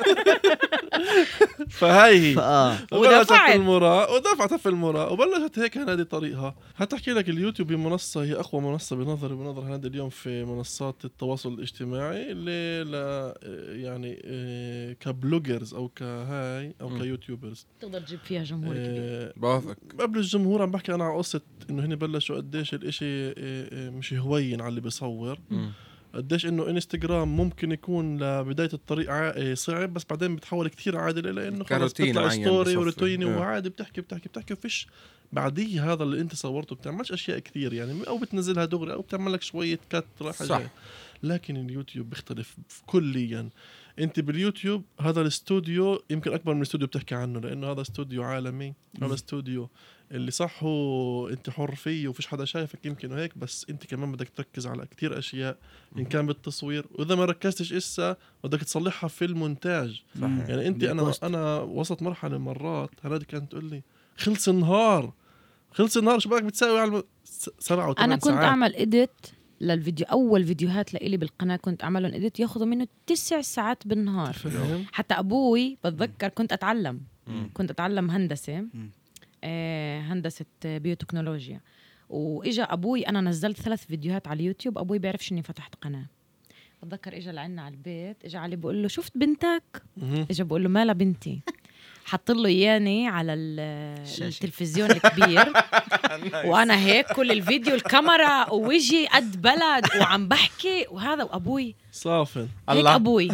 فهاي ودفعت في المرا ودفعت في المرا وبلشت هيك هنادي طريقها. هتحكي لك اليوتيوب منصة هي أقوى منصة بنظري بنظر هنادي اليوم في منصات التواصل الاجتماعي اللي لا يعني كبلوجرز أو كهاي أو كيوتيوبرز تقدر تجيب فيها جمهور كبير. بوافق. قبل الجمهور عم بحكي أنا على قصة إنه هني بلشوا قديش الإشي مش هوين على اللي بيصور. قديش انه انستغرام ممكن يكون لبدايه الطريق صعب بس بعدين بتحول كتير عادي لانه خلص بتطلع ستوري وروتيني وعادي بتحكي بتحكي بتحكي وفيش بعديه هذا اللي انت صورته بتعملش اشياء كثير يعني او بتنزلها دغري او بتعمل لك شويه كات رايحه جايه. لكن اليوتيوب بيختلف كليا. انت باليوتيوب هذا الاستوديو يمكن اكبر من الاستوديو بتحكي عنه لانه هذا استوديو عالمي. هذا استوديو اللي صح هو انت حر فيه وفيش حدا شايفك يمكن وهيك بس انت كمان بدك تركز على كتير اشياء ان كان بالتصوير واذا ما ركزتش اسا بدك تصلحها في المونتاج. صحيح. يعني انت انا انا وصلت مرحله مرات هذه كانت تقول لي خلص النهار خلص النهار شو بدك بتساوي على سبعة وثمان انا كنت ساعات. اعمل اديت للفيديو اول فيديوهات لإلي بالقناه كنت اعملهم اديت ياخذوا منه تسع ساعات بالنهار. فهم. حتى ابوي بتذكر كنت اتعلم مم. كنت اتعلم هندسه آه هندسه بيوتكنولوجيا واجا ابوي انا نزلت ثلاث فيديوهات على اليوتيوب. ابوي بيعرفش اني فتحت قناه. بتذكر اجا لعنا على البيت اجا علي بقول له شفت بنتك اجا بقول له مالها بنتي حط له اياني على التلفزيون الكبير وانا هيك كل الفيديو الكاميرا ووجهي قد بلد وعم بحكي وهذا وابوي صافن هيك ابوي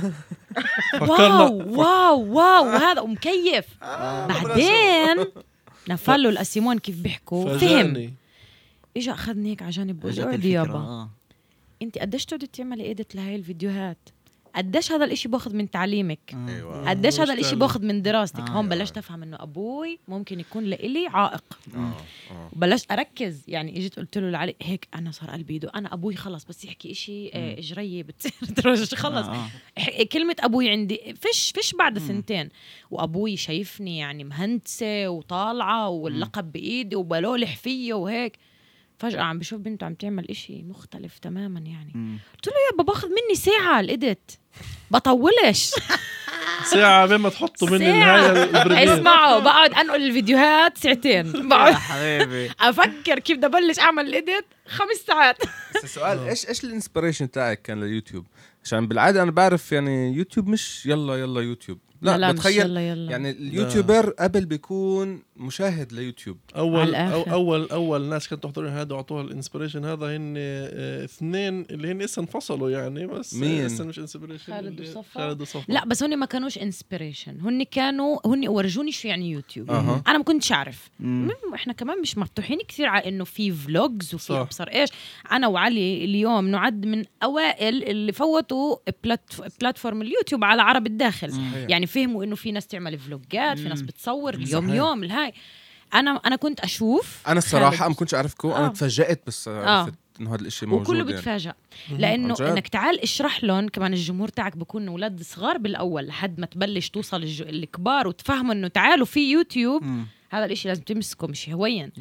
واو واو واو وهذا ومكيف. بعدين نفل له الاسيمون كيف بيحكوا فهم اجا اخذني هيك على جانب بقول له يابا انت قديش تقعدي تعملي ايديت لهي الفيديوهات قديش هذا الاشي باخذ من تعليمك أيوة. قديش هذا الاشي باخذ من دراستك. آه. هون بلشت افهم انه ابوي ممكن يكون لإلي عائق. آه. وبلشت اركز يعني اجيت قلت له لعلي هيك انا صار قلبي يدق. انا ابوي خلص بس يحكي اشي آه اجريه بتصير ترجع خلص. آه. كلمه ابوي عندي فيش فيش بعد سنتين وابوي شايفني يعني مهندسه وطالعه واللقب بايدي وبلولح فيه وهيك. فجأة عم بشوف بنته عم تعمل إشي مختلف تماماً يعني. قلت له يابا باخذ مني ساعة الإيديت بطولش ساعة بين ما تحطوا مني النهاية. اسمعوا بقعد أنقل الفيديوهات ساعتين بقعد حبيبي أفكر كيف بدي أبلش أعمل الإيديت خمس ساعات. السؤال إيش إيش الإنسبريشن تاعك كان لليوتيوب؟ عشان بالعادة أنا بعرف يعني يوتيوب مش يلا يلا يوتيوب لا, لا بتخيل يلا يلا. يعني اليوتيوبر قبل بيكون مشاهد ليوتيوب. اول أو اول اول ناس كانت تحضرون هذا وعطوها الانسبيريشن هذا هن اه اثنين اللي هن لسه انفصلوا يعني بس لسه مش انسبيريشن. خالد وصفا. خالد وصفا لا بس هن ما كانوش انسبيريشن، هن كانوا هن ورجوني شو يعني يوتيوب. أه. انا ما كنتش اعرف. احنا كمان مش مفتوحين كثير على انه في فلوجز وفي ابصر ايش. انا وعلي اليوم نعد من اوائل اللي فوتوا بلاتفورم اليوتيوب على عرب الداخل. صحيح. يعني فهموا انه في ناس تعمل فلوجات، في ناس بتصور اليوم صحيح. يوم الهاي انا انا كنت اشوف. انا الصراحه ما كنتش اعرفكم. انا تفاجأت بس عرفت انه هذا الشيء موجود. وكله بيتفاجئ يعني. لانه انك تعال اشرح لهم كمان. الجمهور تاعك بكون اولاد صغار بالاول لحد ما تبلش توصل الج... الكبار وتفهموا انه تعالوا في يوتيوب. مم. هذا الاشي لازم تمسكه مش هويا.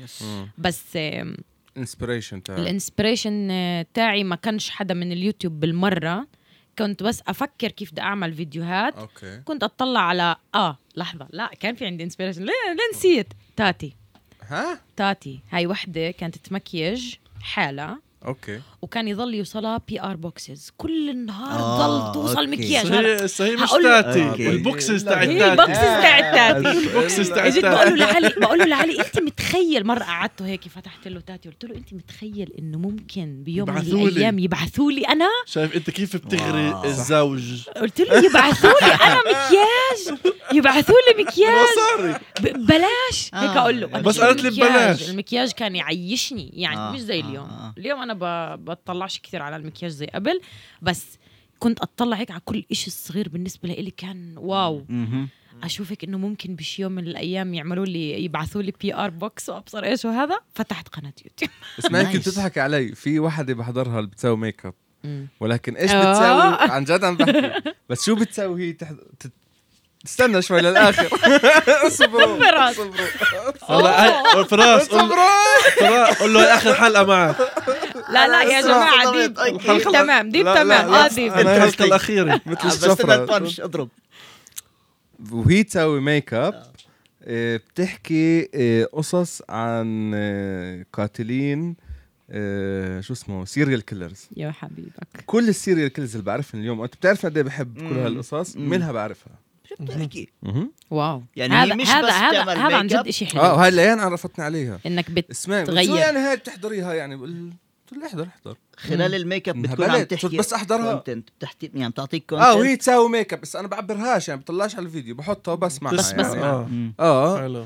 بس الانسبيريشن تاعي الانسبيريشن تاعي ما كانش حدا من اليوتيوب بالمره. كنت بس افكر كيف بدي اعمل فيديوهات. أوكي. كنت اطلع على اه لحظه لا كان في عندي انسبيريشن. ليه نسيت تاتي. ها تاتي هاي وحده كانت تمكيج حالة. اوكي. وكان يضل يوصلها بي ار بوكسز كل النهار. آه ضل توصل مكياج. صحيح صحيح مش تاتي. البوكسز تاع التاتي. البوكسز تاع التاتي. البوكسز تاع التاتي. بقول له لعلي بقول له لعلي انت متخيل. مره قعدته هيك فتحت له تاتي قلت له انت متخيل انه ممكن بيوم من الايام يبعثوا لي انا. شايف انت كيف بتغري الزوج. قلت له يبعثوا لي انا مكياج. يبعثوا لي مكياج ببلاش. هيك اقول له بس قالت لي ببلاش. المكياج كان يعيشني يعني مش زي اليوم. اليوم انا بطلعش كثير على المكياج زي قبل. بس كنت اطلع هيك على كل إشي صغير بالنسبه لي كان واو. اشوفك انه ممكن بش يوم من الايام يعملوا لي يبعثوا لي بي ار بوكس وابصر ايش وهذا. فتحت قناه يوتيوب. بس ما يمكن تضحك علي. في واحده بحضرها اللي بتسوي ميك اب ولكن ايش بتسوي عن جد عم بحكي. بس شو بتسوي هي تحض... استنى شوي للآخر. اصبروا فراس والله فراس قول له آخر حلقة معك. لا لا يا جماعة ديب تمام ديب تمام اه ديب الحلقة الأخيرة مثل الشفرة اضرب. وهي تسوي ميك اب بتحكي قصص عن قاتلين شو اسمه سيريال كيلرز. يا حبيبك كل السيريال كيلرز اللي بعرفهم اليوم انت بتعرف قد ايه بحب كل هالقصص منها بعرفها. بتحكي واو يعني هذا مش هذا بس هذا تعمل هذا عن ميك اب. جد شيء حلو. اه هاي اللي عرفتني عليها انك بتغير بتغير يعني هاي بتحضريها يعني بقول لي احضر احضر خلال الميك اب بتكون عم تحكي بس احضرها كونتنت بتحكي يعني بتعطيك كونتنت. اه وهي تساوي ميك اب بس انا بعبرهاش يعني بطلعش على الفيديو بحطها وبسمعها بس يعني. بسمع اه اه حلو.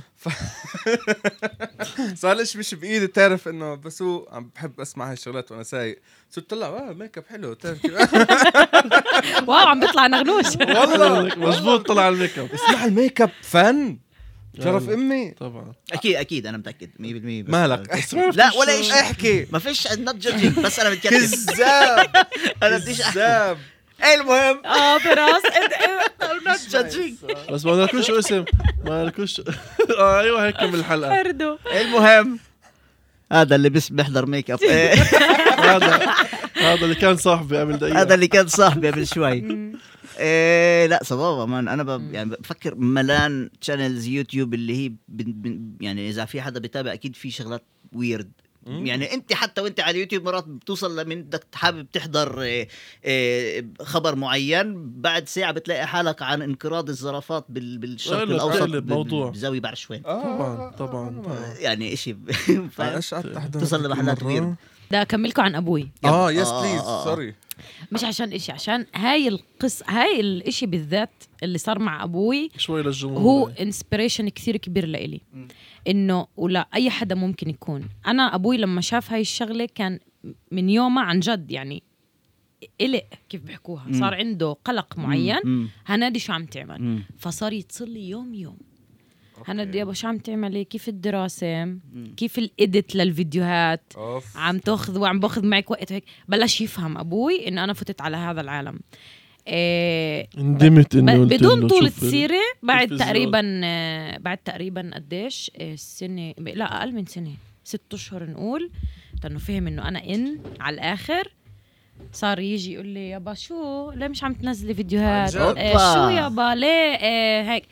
صار ليش مش بايدي تعرف انه بسوق عم بحب اسمع هاي الشغلات وانا سايق صرت طلع اه ميك اب حلو تعرف واو عم بيطلع نغنوش والله مزبوط طلع الميك اب. اسمع الميك اب فن شرف امي طبعا اكيد اكيد انا متاكد مية بالمية. مالك لا ولا ايش احكي ما فيش نوت جادجينج بس انا بتكلم كذاب انا بديش احكي. كذاب المهم اه براس نوت جادجينج بس ما ناكلش اسم ما ناكلش. اه ايوه هيك من الحلقه. اردو المهم هذا اللي بس بيحضر ميك اب. هذا هذا اللي كان صاحبي قبل دقيقه. هذا اللي كان صاحبي قبل شوي. إيه لا صبابة مان أنا ب... يعني بفكر ملان شانلز يوتيوب اللي هي بن... بن... يعني إذا في حدا بيتابع أكيد في شغلات ويرد. يعني أنت حتى وأنت على اليوتيوب مرات بتوصل لمن بدك حابب تحضر إيه إيه خبر معين بعد ساعة بتلاقي حالك عن انقراض الزرافات بال... بالشرق الأوسط بموضوع بزاوية بعرف وين. طبعا طبعا يعني إشي توصل توصل لمحلات ويرد. ده أكملكم عن أبوي. اه يس بليز سوري مش عشان إشي عشان هاي القصة هاي الإشي بالذات اللي صار مع أبوي شوي للجمهور هو انسبريشن كثير كبير لإلي. إنه ولا أي حدا ممكن يكون. أنا أبوي لما شاف هاي الشغلة كان من يومها عن جد يعني قلق كيف بيحكوها صار عنده قلق معين. هنادي شو عم تعمل فصار يتصل لي يوم يوم هنادي يابا شو عم تعملي كيف الدراسة كيف الإديت للفيديوهات أوف. عم تاخذ وعم باخذ معك وقت هيك. بلش يفهم أبوي إن أنا فتت على هذا العالم. إيه ندمت إنه بدون طول السيرة بعد تقريبا آه بعد تقريبا قديش آه سنة لا أقل من سنة ست أشهر نقول لأنه فهم إنه أنا إن على الآخر صار يجي يقول لي يابا شو ليه مش عم تنزلي فيديوهات آه شو يابا ليه آه هيك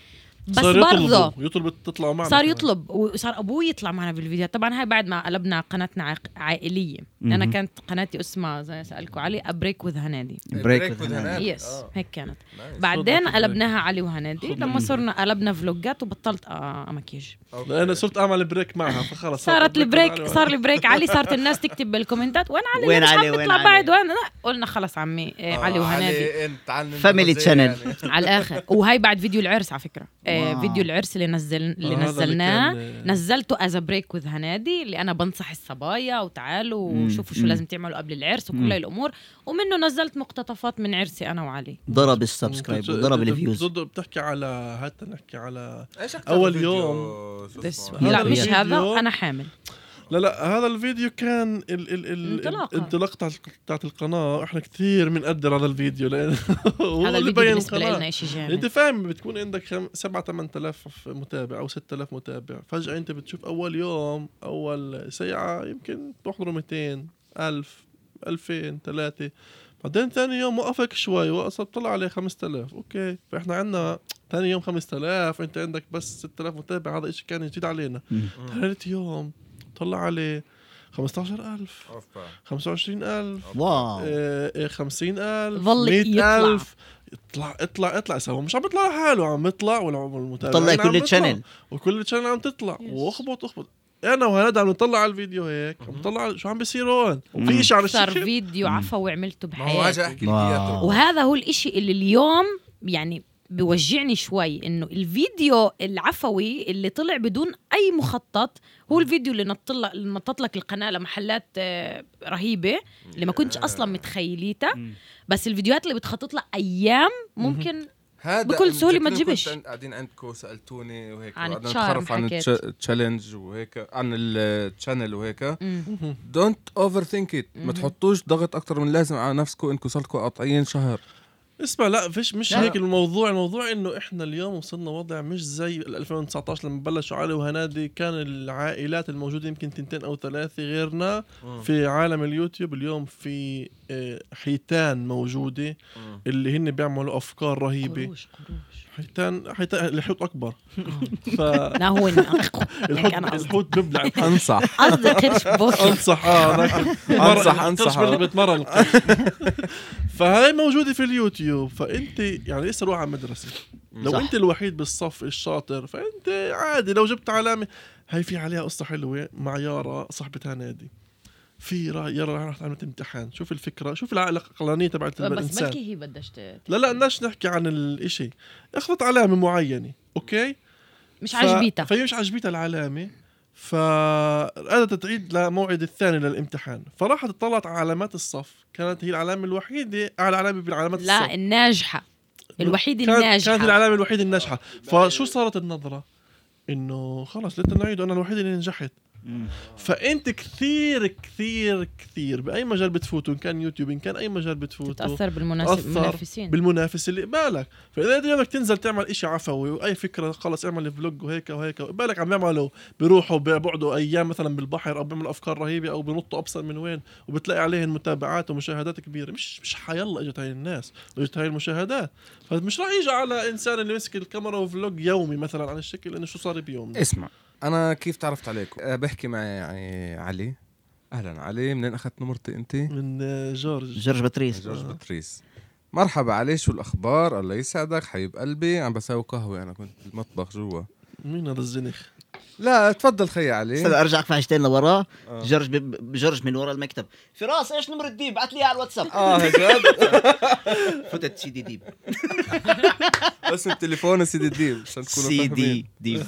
بس صار برضه يطلب يطلب تطلعوا معنا صار كمان. يطلب وصار ابوي يطلع معنا بالفيديوهات. طبعا هاي بعد ما قلبنا قناتنا عق- عائليه. انا كانت قناتي اسمها زي سالكوا علي ابريك وذ هنادي. بريك وذ هنادي. يس آه. هيك كانت. نايس. بعدين خد- خد قلبناها علي وهنادي. خد لما بريك. صرنا قلبنا فلوجات وبطلت آه مكياج. لا انا صرت اعمل بريك معها فخلص صارت البريك علي صار البريك علي. صارت الناس تكتب بالكومنتات وين علي وين مش علي؟ عم وين بيطلع علي؟ بعد وين. لا قلنا خلص عمي إيه آه، علي وهنادي علي انت تعال Family channel. يعني. على الاخر. وهي بعد فيديو العرس على فكره. آه واو. فيديو العرس اللي نزل اللي آه، هذا اللي نزلناه كان- نزلته از بريك وذ هنادي اللي انا بنصح الصبايا وتعالوا مم. وشوفوا شو مم. لازم تعملوا قبل العرس وكل هاي الامور. ومنه نزلت مقتطفات من عرسي انا وعلي. ضرب السبسكرايب وضرب الفيوز. ضد بتحكي على حتى نحكي على ايش أكتر أول فيديو يوم. شو بس اسمه؟ لا هذا مش الفيديو- هذا انا حامل. لا لا هذا الفيديو كان ال ال ال انطلاقة. الانطلاق تاعت تاعت القناه. احنا كثير بنقدر هذا الفيديو لان هو هذا اللي الفيديو بين بالنسبه القناه. لنا شيء انت جامد. فاهم بتكون عندك خم... سبعة ثمانية آلاف متابع او ستة آلاف متابع. فجاه انت بتشوف اول يوم اول ساعه يمكن تحضروا مئتين ألف ألفين ثلاثة. بعدين ثاني يوم وقفك شوي وقصد طلع عليه خمسة آلاف. اوكي فاحنا عندنا ثاني يوم خمسة آلاف انت عندك بس ستة آلاف متابع. هذا إشي كان جديد علينا. ثالث يوم طلع عليه خمسة عشر ألف أوبا. خمسة وعشرين ألف واو. آه، خمسين ألف ظل مئة يطلع. ألف اطلع اطلع اطلع سوا مش عم بيطلع لحاله عم يطلع والمتابعين طلع عم كل بيطلعوا. الشانل. وكل الشانل عم تطلع Yes. واخبط اخبط. انا وهذا عم نطلع على الفيديو هيك عم نطلع شو عم بيصير هون وفي شيء على صار الشكل. فيديو عفوي عملته ما هو اجى بحياتي. احكي لك واو. اياه. وهذا هو الاشي اللي اليوم يعني بيوجعني شوي انه الفيديو العفوي اللي طلع بدون اي مخطط هو الفيديو اللي نطلع اللي نطط لك القناه لمحلات آه، رهيبه اللي ما كنتش اصلا متخيليتها. بس الفيديوهات اللي بتخطط لها ايام ممكن هذا بكل سهولة ما متذكرين تجيبش. كنت قاعدين عندكم سالتوني وهيك عن قعدنا التشارم نتخرف عن حكيت. التشالنج وهيك عن التشانل وهيك. مم. دونت اوفر ثينك ات. ما تحطوش ضغط اكتر من لازم على نفسكم. انكم صاركم قاطعين شهر. اسمع لا فيش مش لا. هيك الموضوع. الموضوع انه احنا اليوم وصلنا وضع مش زي ألفين وتسعة عشر لما بلشوا علي وهنادي. كان العائلات الموجودة يمكن تنتين او ثلاثة غيرنا في عالم اليوتيوب. اليوم في آه، حيتان موجودة اللي هن بيعملوا افكار رهيبة. قروش قروش حيتان حيتان الحوت اكبر. ف لا هو هيك الحوت انا قصدي الحوت بيبلع. انصح قصدي قرش بوكي. انصح اه أنصح- أنصح. بتمرن. فهاي موجوده في اليوتيوب. فانت يعني لسه روح على المدرسه. لو صح. انت الوحيد بالصف الشاطر فانت عادي. لو جبت علامه هاي في عليها قصه حلوه مع يارا صاحبه هنادي. في را يارا راح عملت امتحان. شوف الفكره شوف العقلانيه تبعت بس الانسان. بلكي هي بدها ت- لا لا بدناش نحكي عن الاشي. اخذت علامه معينه اوكي مش ف- عجبيتها. فهي مش عجبيتها العلامة. فقادت تعيد لموعد الثاني للامتحان. فراحت اطلعت على علامات الصف. كانت هي العلامة الوحيدة أعلى علامة بالعلامات لا الصف. الناجحة الوحيد كانت, كانت الناجحة. العلامة الوحيدة الناجحة. فشو صارت النظرة إنه خلاص ليتنا نعيد وأنا الوحيد اللي نجحت. فأنت كثير كثير كثير بأي مجال بتفوتوا إن كان يوتيوب إن كان أي مجال بتفوتوا تتأثر بالمناسب تأثر المنافسين. بالمنافس اللي قبالك. فإذا أنت بدك تنزل تعمل إشي عفوي وأي فكرة خلص اعمل فلوج وهيك وهيك وقبالك عم يعملوا بيروحوا بيقعدوا أيام مثلا بالبحر أو بيعملوا أفكار رهيبة أو بينطوا أبصر من وين وبتلاقي عليهم متابعات ومشاهدات كبيرة. مش مش حيلا إجت هاي الناس إجت هاي المشاهدات. فمش راح يجي على إنسان اللي مسك الكاميرا وفلوج يومي مثلا عن الشكل إنه شو صار بيوم. اسمع انا كيف تعرفت عليكم. أه بحكي معي يعني علي. اهلا علي. منين اخذت نمرتي انت؟ من جورج جورج بطريس. جورج بطريس. مرحبا علي. شو الاخبار؟ الله يسعدك حبيب قلبي. عم بساوي قهوه انا كنت بالمطبخ جوا. مين هذا الزنخ؟ لا تفضل خي علي. استنى ارجع فاحشتين لورا. آه. جورج ب... جورج من ورا المكتب. فراس ايش نمر الديب؟ بعت لي على الواتساب. اه جد. فتت سيدي ديب. اسم التليفون سيدي الديب عشان تكونوا فاهمين. سيدي ديب.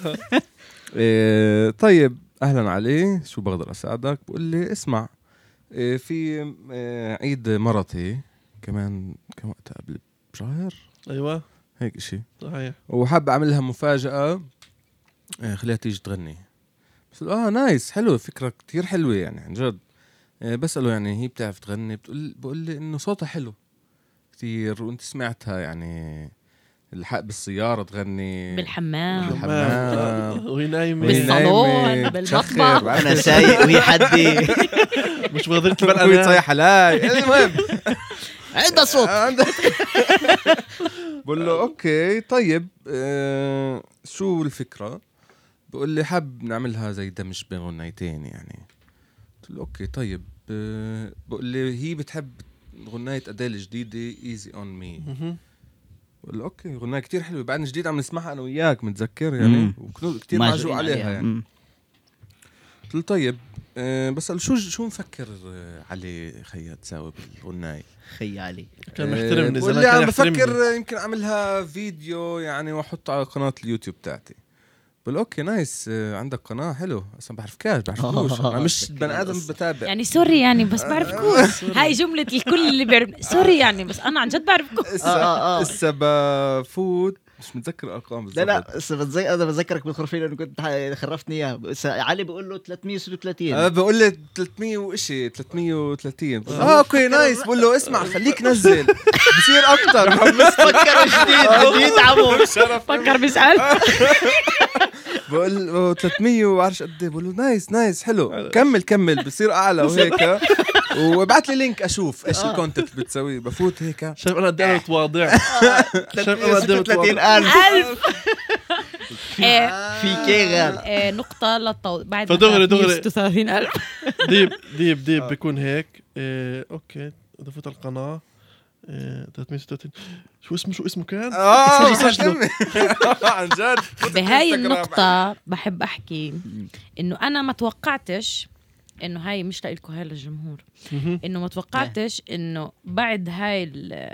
إيه طيب اهلا علي. شو بقدر اساعدك؟ بقول لي اسمع إيه في إيه عيد مرتي كمان كم وقت قبل بشهر أيوة هيك شيء صحيح. وحاب اعمل لها مفاجاه. إيه خليها تيجي تغني. بس اه نايس حلو فكره كتير حلوه يعني عن جد. إيه بساله يعني هي بتعرف تغني. بتقول بقول لي انه صوتها حلو كتير وانت سمعتها يعني الحق بالسياره تغني بالحمام بالحمام وهي نايمة وهي بالصالون، نايمة، بالمطبخ. بتشخر، بعرف. انا سايق وهي حدي. مش بغضرة وهي البلقة. تصيح علي. المهم عندها صوت. عندك. بقول له اوكي طيب. آه شو الفكرة؟ بقول لي حاب نعملها زي دمج بين غنيتين يعني. قلت له اوكي طيب. بقول لي هي بتحب غناية أديل جديدة Easy on Me. بقول له اوكي غناية كتير حلوة بعدنا جديد عم نسمعها انا وياك متذكر يعني وكتير معجوق عليها, عليها يعني. قلت له طيب أه بسأل شو شو مفكر علي خيا تساوي بالغناية خي علي كان محترم من زمان. كان بفكر يمكن اعملها فيديو يعني واحطه على قناة اليوتيوب تاعتي. بقول اوكي نايس عندك قناه حلو بس ما بعرفكاش بعرفوش انا مش بني ادم بتابع يعني سوري يعني بس بعرفكوش. هاي جمله الكل اللي بيعرف سوري يعني بس انا عن جد بعرفكوش. هسه بفوت مش متذكر الارقام بالضبط. لا لا هسه بتزي انا بتذكرك بالخرفين لانه كنت خرفتني اياه. علي بقول له ثلاثمية وثلاثين اه بقول له ثلاثمية وشي ثلاثمية وثلاثين. اه اوكي نايس. بقول له اسمع خليك نزل بصير اكثر. محمس فكر جديد جديد عمو فكر بيسال بقول له ثلاثمية وعارش قد ايه. بقول له نايس نايس حلو كمل كمل بصير اعلى وهيك. وابعث لي لينك اشوف ايش الكونتنت بتسوي. بفوت هيك شايف انا قد ايه متواضع. شايف انا قد ايه متواضع. ألف في كي غال نقطة للتوضيح بعد فدغري دغري ثلاثين ألف. ديب ديب ديب بيكون هيك. إيه اوكي ضفت القناة ثلاثمية وثلاثين. شو اسمه شو اسمه كان؟ اه سجله عن جد. بهاي النقطة بحب احكي انه انا ما توقعتش انه هاي مش لإلكم هاي للجمهور. انه ما توقعتش انه بعد هاي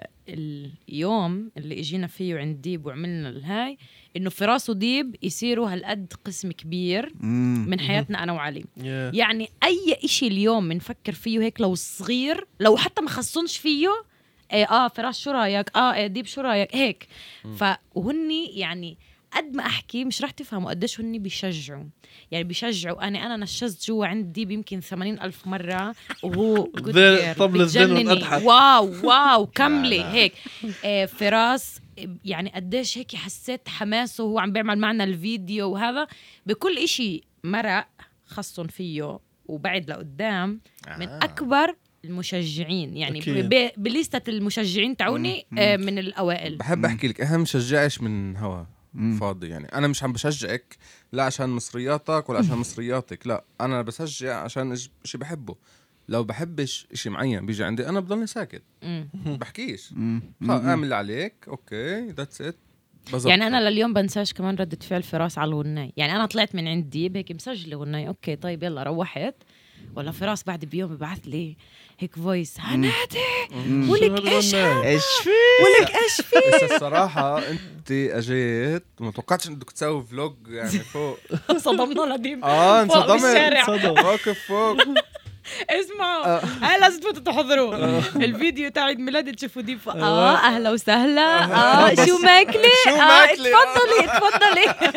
اليوم اللي اجينا فيه عند ديب وعملنا الهاي انه فراس وديب يصيروا هالقد قسم كبير من حياتنا انا وعلي. يعني اي اشي اليوم منفكر فيه هيك لو صغير لو حتى ما خصنش فيه إيه اه فراس شو رايك اه إيه ديب شو رايك هيك. فهني يعني قد ما احكي مش رح تفهموا قديش هني بيشجعوا يعني بيشجعوا. انا انا نشزت جوا عندي يمكن ثمانين ألف مرة وهو بتجنني واو واو كملي هيك. آه فراس يعني قديش هيك حسيت حماسه وهو عم بيعمل معنا الفيديو وهذا بكل اشي مرق خصن فيه وبعد لقدام من أكبر المشجعين يعني بليستة المشجعين تعوني آه من الأوائل. بحب أحكي لك أهم شجعش من هوا فاضي يعني. أنا مش عم بشجعك لا عشان مصرياتك ولا عشان مصرياتك لا أنا بشجع عشان إشي بحبه. لو بحبش إشي معين بيجي عندي أنا بضلني ساكت بحكيش خلاص أعمل اللي عليك أوكي that's it. يعني أنا لليوم بنساش كمان ردة فعل فراس على الغناية. يعني أنا طلعت من عندي بهيك مسجلة غناية أوكي طيب يلا روحت ولا فراس بعد بيوم ببعث لي هيك فويس هنادي ولك ايش ايش في ولك ايش في. بس الصراحه انت اجيت وما توقعتش انك تسوي فلوج يعني فوق. صدمنا لديم اه انصدمت واقف فوق. اسمعوا هاي لازم تفوتوا تحضروا الفيديو تاع عيد ميلادي تشوفوا دي اه اهلا وسهلا اه شو ماكله شو ماكله تفضلي تفضلي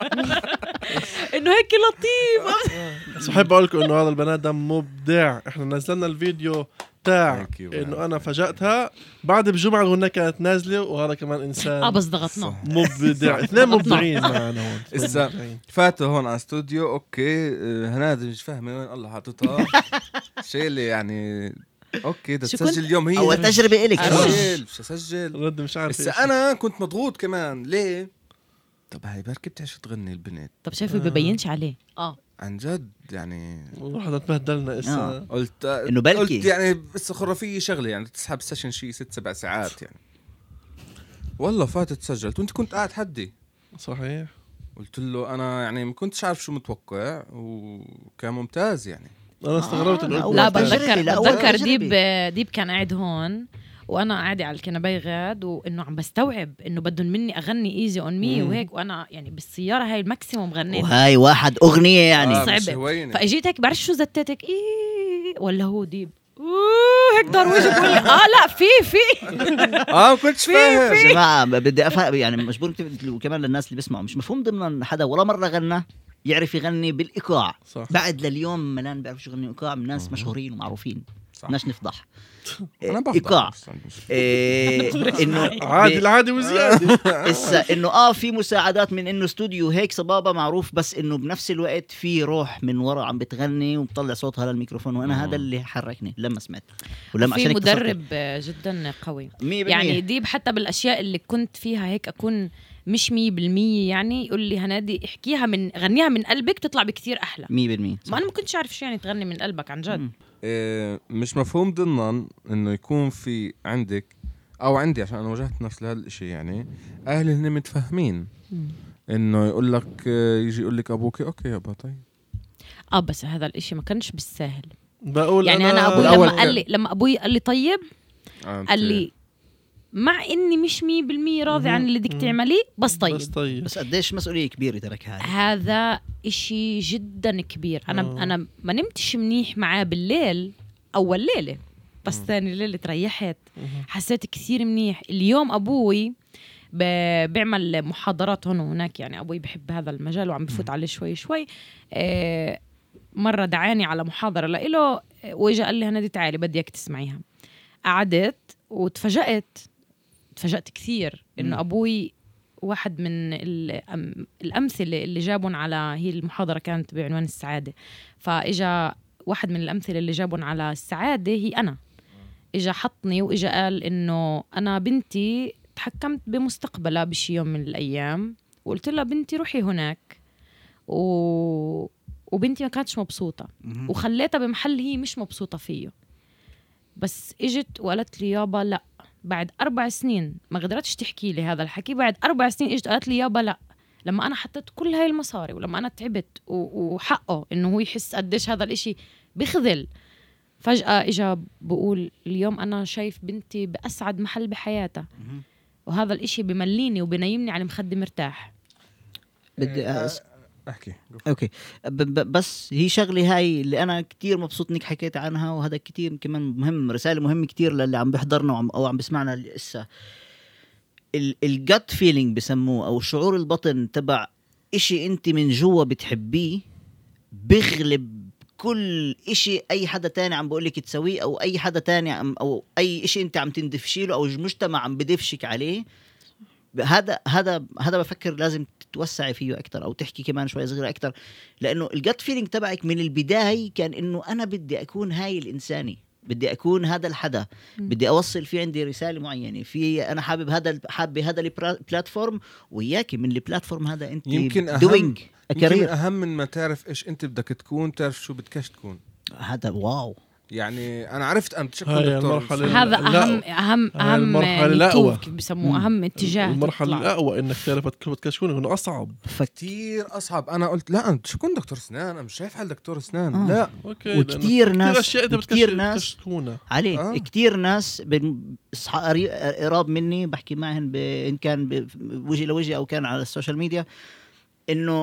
انه هيك لطيف. بس بحب اقول لكم انه هذا البنات ده مبدع. احنا نزلنا الفيديو تاع انه انا فاجأتها بعد بجمعة الغناء كانت نازلة وهذا كمان انسان اه بس ضغطنا مبدع. اثنين مبدعين معنا هون. إذا فاتوا هون على استوديو اوكي هنادي مش فاهمة وين الله حاططها شيء اللي يعني اوكي ده تسجل اليوم هي اول تجربة إلك اسجل مش اسجل رد مش عارف. بس انا كنت مضغوط كمان ليه. طب هاي بركي بتعرف تغني البنت. طب شايفه ببينش عليه اه عن جد يعني والله تبهدلنا اسا آه. قلت انه بلكي قلت يعني بس خرافيه شغله يعني تسحب سيشن شيء ست سبع ساعات يعني. والله فاتت سجلت وانت كنت قاعد حدي صحيح. قلت له انا يعني ما كنتش عارف شو متوقع وكان ممتاز يعني. انا استغربت آه لا بتذكر بتذكر ديب ديب كان قاعد هون وانا قاعده على الكنبايه غاد وانه عم بستوعب انه بدهم مني اغني ايزي اون مي وهيك وانا يعني بالسياره هاي الماكسيموم غنيت وهاي واحد اغنيه يعني آه صعبه. فاجيت هيك بعرف شو زتتك ايه ولا هو ديب هيك دار وجهي بقول اه لا في في اه كنتش فاهم يا جماعه بدي افهم يعني مجبور وكمان للناس اللي بيسمعوا مش مفهوم ضمن حدا ولا مره غنى يعرف يغني بالايقاع صح. بعد لليوم ملان بيعرف يغني ايقاع من ناس مشهورين ومعروفين ناس نفضح انا ايقاع إيه انه عادي العادي وزياده. اسا انه اه في مساعدات من انه استوديو هيك صبابه معروف بس انه بنفس الوقت في روح من ورا عم بتغني وبتطلع صوتها للميكروفون وانا هذا اللي حركني لما سمعت ولما عشان مدرب جدا قوي يعني ديب حتى بالاشياء اللي كنت فيها هيك اكون مش مية بالمية يعني يقول لي هنادي احكيها من غنيها من قلبك تطلع بكتير أحلى مية بالمية. ما أنا ما كنتش عارف شو يعني تغني من قلبك عن جد. إيه مش مفهوم ضمن إنه يكون في عندك أو عندي عشان أنا واجهت نفس لهذا الشيء يعني أهلي هن متفهمين إنه يقول لك يجي يقول لك أبوك أوكي يابا طيب اه بس هذا الاشي ما كانش بالساهل بقول يعني انا ابوي لما قال لي لما ابوي قال لي طيب قال لي مع اني مش مية بالمية راضي عن اللي بدك تعمليه بس طيب بس طيب بس قديش مسؤولية كبيرة ترك هاي. هذا اشي جدا كبير. انا أوه. انا ما نمتش منيح معاه بالليل اول ليلة بس ثاني ليلة تريحت حسيت كثير منيح. اليوم ابوي بيعمل محاضرات هون وهناك يعني ابوي بحب هذا المجال وعم بفوت عليه شوي شوي. آه مرة دعاني على محاضرة لإله وإجا قال لي هنادي تعالي بدي اياك تسمعيها. قعدت وتفاجأت تفاجأت كثير إنه أبوي واحد من الأمثلة اللي جابون على هي المحاضرة كانت بعنوان السعادة. فإجا واحد من الأمثلة اللي جابون على السعادة هي أنا. إجا حطني وإجا قال إنه أنا بنتي تحكمت بمستقبلها بشي يوم من الأيام وقلت لها بنتي روحي هناك و... وبنتي ما كانتش مبسوطة وخليتها بمحل هي مش مبسوطة فيه. بس إجت وقالت لي يابا لا بعد أربع سنين ما قدرتش تحكي لي هذا الحكي. بعد أربع سنين إجت قالت لي يابا لا لما أنا حطيت كل هاي المصاري ولما أنا تعبت وحقه إنه هو يحس قديش هذا الإشي بخذل. فجأة إجا بقول اليوم أنا شايف بنتي بأسعد محل بحياتها وهذا الإشي بمليني وبنيمني على مخدي مرتاح. بدي أس... احكي اوكي ب- ب- بس هي شغله هاي اللي انا كتير مبسوط انك حكيت عنها وهذا كتير كمان مهم رساله مهمه كتير للي عم بيحضرنا وعم او عم بسمعنا لسه. الجت فيلينج بسموه او شعور البطن تبع اشي انت من جوا بتحبيه بغلب كل اشي اي حدا تاني عم بقولك تسويه او اي حدا تاني عم او اي اشي انت عم تندفشيله او المجتمع عم بدفشك عليه. هذا هذا هذا بفكر لازم تتوسعي فيه أكتر أو تحكي كمان شوي صغيرة أكتر لأنه الجت فيلينج تبعك من البداية كان إنه أنا بدي أكون هاي الإنساني بدي أكون هذا الحدا بدي أوصل في عندي رسالة معينة في أنا حابب هذا حابب هذا البلاتفورم وياكي من البلاتفورم هذا أنت يمكن أهم دوينج يمكن أهم من ما تعرف إيش أنت بدك تكون تعرف شو بدكش تكون. هذا واو يعني أنا عرفت أنت شو هاي دكتور المرحلة هذا أهم أهم أهم المرحلة الأقوى كيف بسموه أهم اتجاه المرحلة الأقوى إنك تعرف بدك شو إنه أصعب كتير أصعب. أنا قلت لا أنت شو كون دكتور أسنان أنا مش شايف حال دكتور أسنان آه. لا أوكي وكتير ناس كتير أشياء أنت كتير بدك ناس تكونها عليه آه. كتير ناس قراب مني بحكي معهم إن كان بوجه لوجه أو كان على السوشيال ميديا إنه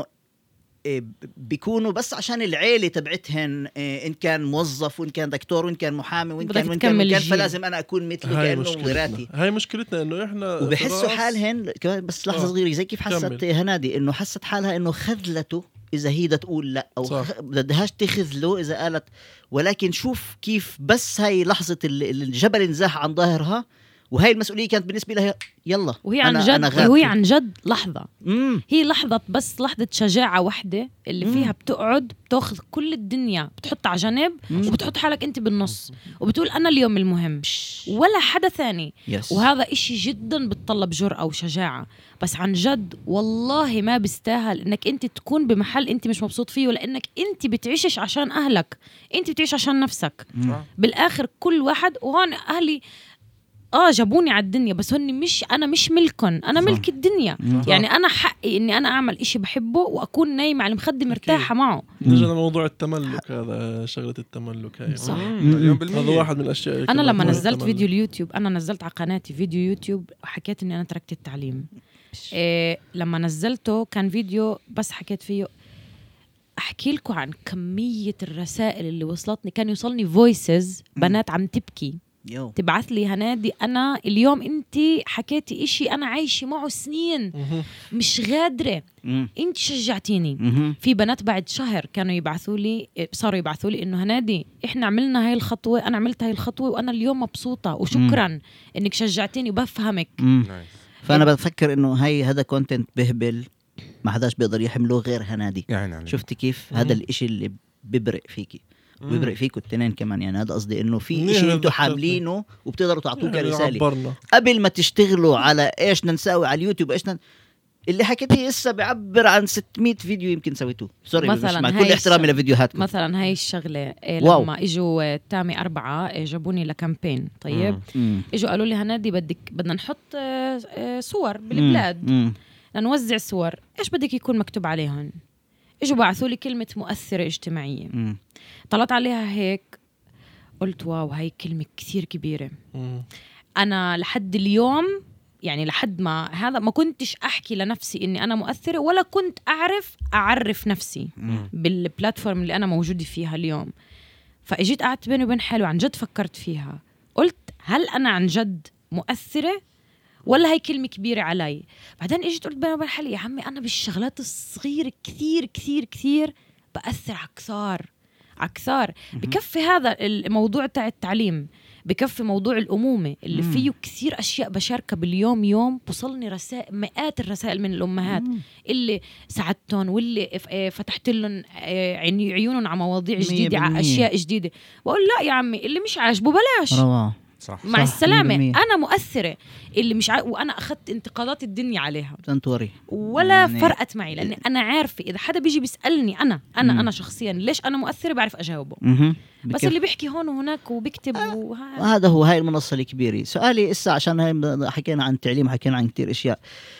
بيكونوا بس عشان العيلة تبعتهن إن كان موظف وإن كان دكتور وإن كان محامي وإن كان وإن كان, كان فلازم أنا أكون مثله كأنه وراثي. هاي مشكلتنا إنه إحنا وبحسوا حالهن كمان بس لحظة صغيرة زي كيف حست هنادي إنه حست حالها إنه خذلته إذا هي دا تقول لا أو خ... بدهاش تخذله إذا قالت. ولكن شوف كيف بس هاي لحظة الجبل انزاح عن ظاهرها وهي المسؤولية كانت بالنسبة لها يلا وهي عن جد وهي عن جد لحظة مم. هي لحظة بس لحظة شجاعة واحدة اللي فيها بتقعد بتاخذ كل الدنيا بتحط على جنب مم. وبتحط حالك انت بالنص وبتقول أنا اليوم المهم ولا حدا ثاني يس. وهذا إشي جدا بتطلب جرأة وشجاعة. بس عن جد والله ما بيستاهل انك انت تكون بمحل انت مش مبسوط فيه لانك انت بتعيشش عشان أهلك انت بتعيش عشان نفسك مم. بالآخر كل واحد وهون أهلي اه جابوني على الدنيا بس هني مش انا مش ملكن انا صح. ملك الدنيا صح. يعني انا حقي اني انا اعمل اشي بحبه واكون نايمه على المخده مرتاحه معه. نجينا موضوع التملك هذا شغله التملك هاي صح. هذا واحد من الاشياء. انا لما نزلت التملك. فيديو اليوتيوب انا نزلت على قناتي فيديو يوتيوب وحكيت اني انا تركت التعليم. إيه لما نزلته كان فيديو بس حكيت فيه احكي لكم عن كميه الرسائل اللي وصلتني. كان يوصلني فويسز بنات عم تبكي يو. تبعث لي هنادي أنا اليوم أنتي حكيتي إشي أنا عايشة معه سنين مش غادرة أنت شجعتيني. في بنات بعد شهر كانوا يبعثوا لي صاروا يبعثوا لي إنه هنادي إحنا عملنا هاي الخطوة أنا عملت هاي الخطوة وأنا اليوم مبسوطة وشكرا مم. إنك شجعتيني وبفهمك. فأنا بفكر إنه هاي هذا كونتنت بهبل ما حداش بيقدر يحمله غير هنادي يعني شفت كيف مم. هذا الإشي اللي ببرق فيكي ويبرق فيكم التنين كمان. يعني هذا قصدي انه في شيء انتم حاملينه وبتقدروا تعطوه كرساله قبل ما تشتغلوا على ايش نسوي على اليوتيوب ايش نن... اللي حكيتيه هسه بيعبر عن ستمية فيديو يمكن سويتوه. سوري مثلاً مع هاي كل احترامي الشغ- لفيديوهاتكم. مثلا هاي الشغله إيه واو. لما اجوا تامي أربعة إيه جابوني لكامبين. طيب مم. اجوا قالوا لي هنادي بدك بدنا نحط آه، آه، صور بالبلاد، مم. لنوزع صور، ايش بدك يكون مكتوب عليهم؟ اجوا بعثوا لي كلمه مؤثره اجتماعيه. مم. طلعت عليها هيك قلت واو هاي كلمه كثير كبيره. مم. انا لحد اليوم يعني لحد ما هذا ما كنتش احكي لنفسي اني انا مؤثره، ولا كنت اعرف اعرف نفسي مم. بالبلاتفورم اللي انا موجوده فيها اليوم. فاجيت قعدت بيني وبين حالي عن جد فكرت فيها، قلت هل انا عن جد مؤثره ولا هي كلمة كبيرة علي؟ بعدين اجيت قلت بيني وبين حالي يا عمي أنا بالشغلات الصغيرة كثير كثير كثير بأثر على كثار على كثار. بكفي هذا الموضوع تاع التعليم، بكفي موضوع الأمومة اللي مم. فيه كثير أشياء بشاركها باليوم يوم. بوصلني رسائل، مئات الرسائل من الأمهات مم. اللي ساعدتهم واللي ف- آه فتحت لهم آه، عيني- عيونهم على مواضيع مية جديدة، على بالمية. أشياء جديدة. بقول لا يا عمي اللي مش عاجبه بلاش، روعة. صح مع صح، السلامة. مية بالمية. أنا مؤثرة اللي مش ع... وأنا أخذت انتقادات الدنيا عليها تنتوري ولا يعني- فرقت معي، لأن أنا عارفة إذا حدا بيجي بيسألني أنا أنا مم. أنا شخصيا ليش أنا مؤثرة بعرف أجاوبه. مهم. بس بكيف. اللي بيحكي هون وهناك وبيكتب وها... هذا هو هاي المنصة الكبيرة. سؤالي إسا عشان هاي حكينا عن التعليم، حكينا عن كتير إشياء.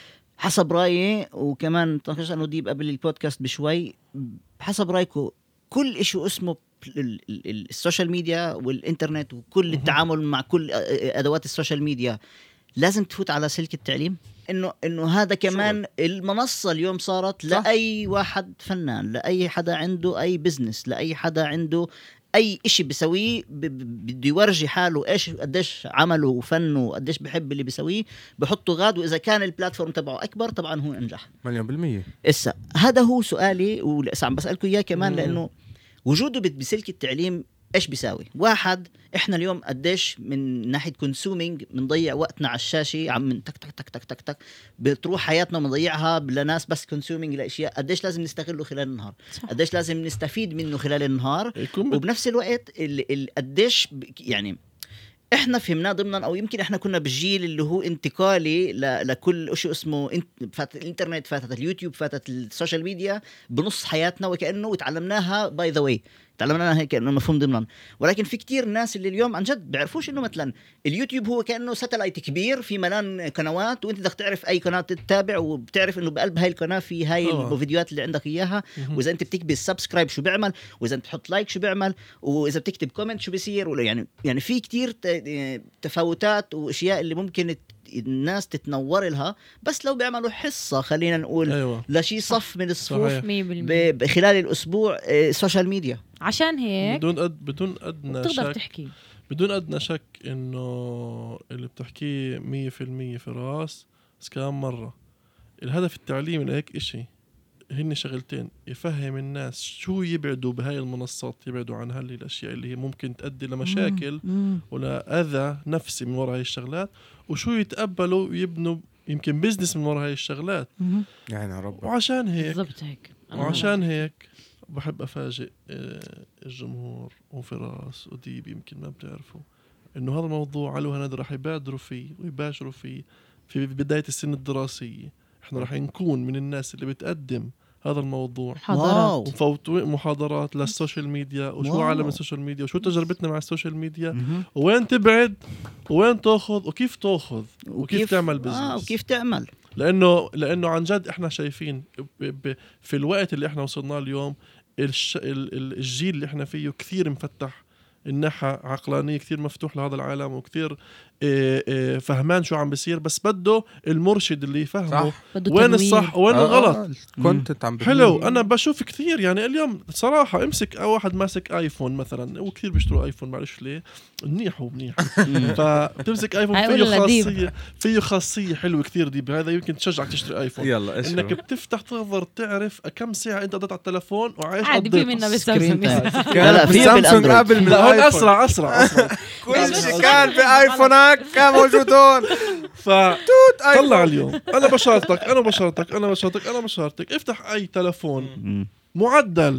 حسب رأيي وكمان تناقشنا أنه ديب قبل البودكاست بشوي، حسب رأيكم كل إشي اسمه ال- ال- السوشيال ميديا والإنترنت وكل التعامل مع كل أدوات السوشيال ميديا لازم تفوت على سلك التعليم؟ إنه إنه هذا كمان المنصة اليوم صارت صح. لأي واحد فنان، لأي حدا عنده أي بزنس، لأي حدا عنده اي اشي بيسويه ب- ب- بده يورجي حاله ايش قديش عمله وفنه قديش بحب اللي بيسويه، بحطه غاد، واذا كان البلاتفورم تبعه اكبر طبعا هو انجح. مليون بالمية. اسا هذا هو سؤالي ولسه عم بسالكم اياه كمان، مم. لانه وجوده بت- بسلك التعليم ايش بيساوي؟ واحد، احنا اليوم قديش من ناحيه كونسومينج بنضيع وقتنا على الشاشه، عم من تك تك تك تك تك تك بتروح حياتنا بنضيعها لناس بس كونسومينج لاشياء. قديش لازم نستغله خلال النهار، صح. قديش لازم نستفيد منه خلال النهار، يكون بت- وبنفس الوقت ال- ال- قديش ب- يعني احنا فهمناه ضمنا، او يمكن احنا كنا بالجيل اللي هو انتقالي ل- لكل شيء اسمه انت- فاتت الانترنت، فاتت اليوتيوب، فاتت السوشيال ميديا بنص حياتنا، وكانه تعلمناها باي ذا واي، تعلمناها هيك كانه مفهوم ضمنا. ولكن في كتير ناس اللي اليوم عن جد بيعرفوش انه مثلا اليوتيوب هو كانه ساتلايت كبير في ملان قنوات، وانت بدك تعرف اي قناه تتابع، وبتعرف انه بقلب هاي القناه في هاي طبعاً. الفيديوهات اللي عندك اياها، مهم. واذا انت بتكتب سبسكرايب شو بيعمل، واذا انت بتحط لايك شو بيعمل، واذا بتكتب كومنت شو بيصير، ولا يعني يعني في كتير ت- تفاوتات واشياء اللي ممكن ت- الناس تتنور لها، بس لو بيعملوا حصه خلينا نقول ايوه لشي صف من الصفوف صحيح. مية بالمية. ب- خلال الاسبوع آه، سوشيال ميديا. عشان هيك بدون أد... بدون ادنى بتقدر شك تحكي. بدون ادنى شك انه اللي بتحكيه مية في المية في راس. بس كمان مرة الهدف التعليمي لهيك اشي هن شغلتين: يفهم الناس شو يبعدوا بهاي المنصات، يبعدوا عن هالي الاشياء اللي هي ممكن تؤدي لمشاكل ولا اذى نفسي من وراء هاي الشغلات، وشو يتقبلوا ويبنوا يمكن بزنس من وراء هاي الشغلات. يعني يا رب. وعشان هيك بالضبط هيك. أنا وعشان هيك بحب أفاجئ آه، الجمهور وفراس وديب، يمكن ما بتعرفوا إنه هذا الموضوع علو هند راح يبادروا فيه ويباشروا فيه في بداية السنة الدراسية. إحنا راح نكون من الناس اللي بتقدم هذا الموضوع حضارات. واو. ومفوت محاضرات للسوشيال ميديا، وشو واو. عالم السوشيال ميديا، وشو تجربتنا مع السوشيال ميديا، مهم. وين تبعد وين تأخذ وكيف تأخذ وكيف تعمل بزنس. آه وكيف تعمل. لانه لانه عن جد احنا شايفين ب ب في الوقت اللي احنا وصلنا اليوم، الش ال ال الجيل اللي احنا فيه كثير مفتح الناحية عقلانية، كثير مفتوح لهذا العالم، وكثير اه اه فهمان شو عم بيصير، بس بده المرشد اللي يفهمه صح. بده وين تنوير. الصح وين الغلط. كنت عم حلو. انا بشوف كثير يعني اليوم صراحه امسك او واحد ماسك ايفون مثلا، وكثير بيشتروا ايفون معلش ليه منيح ومنيح فتمسك ايفون هاي فيه قول لديب. خاصيه فيه خاصيه حلوه كثير دي، بهذا يمكن تشجعك تشتري ايفون. يلا ايش انك بتفتح تقدر تعرف كم ساعه انت قضيت على التلفون وعايش عادي في قضيت. منا سكرين تايم. بالسامسونج. لا لا في سامسونج بالاندرويد. قبل من لا هون الايفون. اسرع اسرع اسرع كل شيء كان بايفونك كان موجود هون. فطلع اليوم انا بشارتك انا بشارتك انا بشارتك انا بشارتك افتح اي تلفون مم. معدل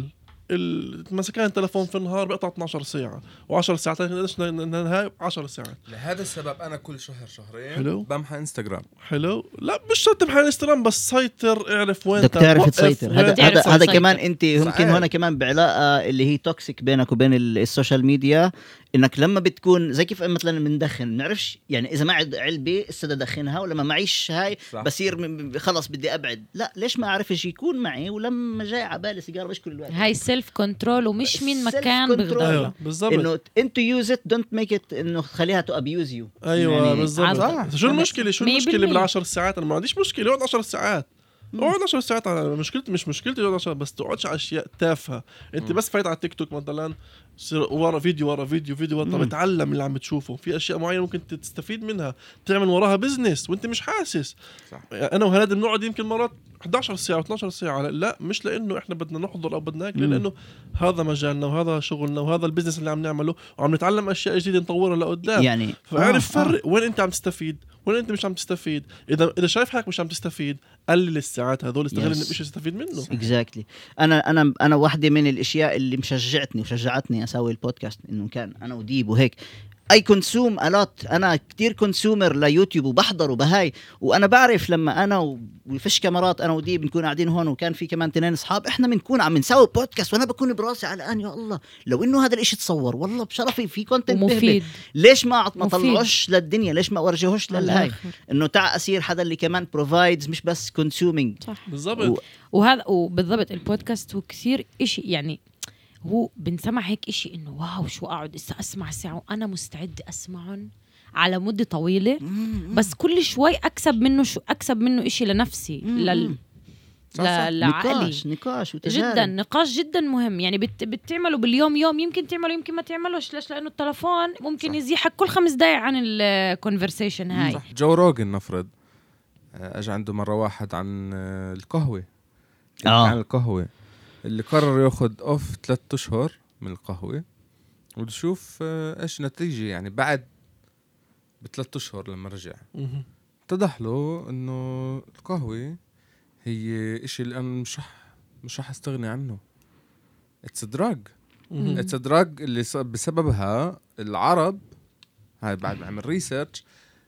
مسكان التلفون في النهار بقطع اثناشر ساعة وعشر ساعات قديش نهاية عشر ساعات. لهذا السبب أنا كل شهر شهرين حلو بمحى انستغرام. حلو لا مش شرط تمحى انستغرام بس سيطر اعرف وين بدك تعرف تسيطر. هذا هذا هذا كمان انت يمكن صحيح. هنا كمان بعلاقه اللي هي توكسيك بينك وبين السوشيال ميديا، انك لما بتكون زي كيف مثلا بندخن نعرفش يعني اذا معي علبه استدى ادخنها ولما معيش هاي صح. بصير خلص بدي ابعد. لا ليش ما اعرفش يكون معي ولما جاي على بالي سيجاره مش كل الوقت. هاي سيلف كنترول ومش من مكان control. بغضبها. ايوه بالضبط انه انت يوز ات دونت ميك ات انه خليها تو ابيوز يو. ايوه يعني بالضبط. عادة. شو المشكله شو مية المشكله بالمية. بالعشر ساعات؟ انا ما عنديش مشكله اقعد عشر ساعات اقعد عشر ساعات. على مشكلتي مش مشكلتي اقعد عشر بس تقعدش على اشياء تافهه. انت بس فايت على التيك توك مثلا ورا فيديو ورا فيديو فيديو ورا بتعلم اللي عم بتشوفه. في اشياء معينه ممكن تستفيد منها تعمل وراها بزنس وانت مش حاسس. صح. انا وهذا بنقعد يمكن مرات إحدى عشرة ساعه و12 ساعه. لا مش لانه احنا بدنا نحضر او بدنا ناكل لانه هذا مجالنا وهذا شغلنا وهذا البزنس اللي عم نعمله وعم نتعلم اشياء جديده نطورها لقدام. يعني فاعرف آه فرق وين انت عم تستفيد وين انت مش عم تستفيد. اذا اذا شايف حالك مش عم تستفيد قلل الساعات هذول استغل Yes. انك مش تستفيد منه. اكزاكتلي. انا انا انا واحده من الاشياء اللي مشجعتني وشجعتني اسوي البودكاست انه كان انا وديب وهيك اي كونسوم الوت. انا كتير كونسومر ليوتيوب وبحضر وبهاي. وانا بعرف لما انا وفيش كاميرات انا وديب بنكون قاعدين هون وكان في كمان تنين اصحاب احنا بنكون عم نسوي بودكاست وانا بكون براسي على الان يا الله لو انه هذا الاشي تصور والله بشرفي في كونتنت ومفيد. ليش ما ما مفيد. طلعوش للدنيا؟ ليش ما ورجهوش على للهاي الآخر. انه تاع اصير حدا اللي كمان بروفايدز مش بس كونسومينج. صح. بالضبط. وهذا وبالضبط البودكاست هو كثير إشي يعني هو بنسمع هيك إشي إنه واو شو أقعد إسا أسمع ساعة وأنا مستعد أسمعهم على مدة طويلة بس كل شوي أكسب منه شو أكسب منه إشي لنفسي لل لعقلي. نقاش نقاش وتجارب. جدا نقاش جدا مهم يعني بت... بتعمله باليوم يوم يمكن تعمله يمكن ما تعملوش. ليش؟ لأنه التلفون ممكن يزيحك كل خمس دقايق عن الكونفرسيشن هاي. صح. جو روجن نفرض اجى عنده مره واحد عن القهوه آه. عن القهوه اللي قرر ياخد اوف ثلاثة اشهر من القهوه وبده يشوف ايش نتيجه يعني بعد بثلاث اشهر لما رجع مهم. اتضح له انه القهوه هي اشي اللي انا مش رح مش رح استغني عنه. اتس دراج مهم. اتس دراج اللي بسببها العرب هاي بعد ما عمل ريسيرش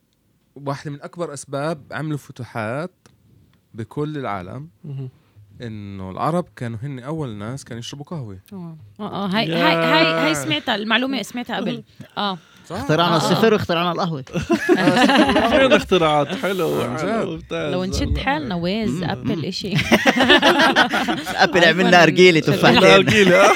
واحدة من أكبر أسباب عملوا فتوحات بكل العالم مهم. إنه العرب كانوا هن أول ناس كانوا يشربوا قهوة. اه اه هاي هاي هاي هاي سمعتها المعلومة سمعتها قبل. اه اخترعنا آه. الصفر واخترعنا القهوة. فين اختراعات حلو عن حلو ممتاز. لو نشد حالنا ويز ابل اشي. ابل عملنا ارجيلي تفاح. الارجيله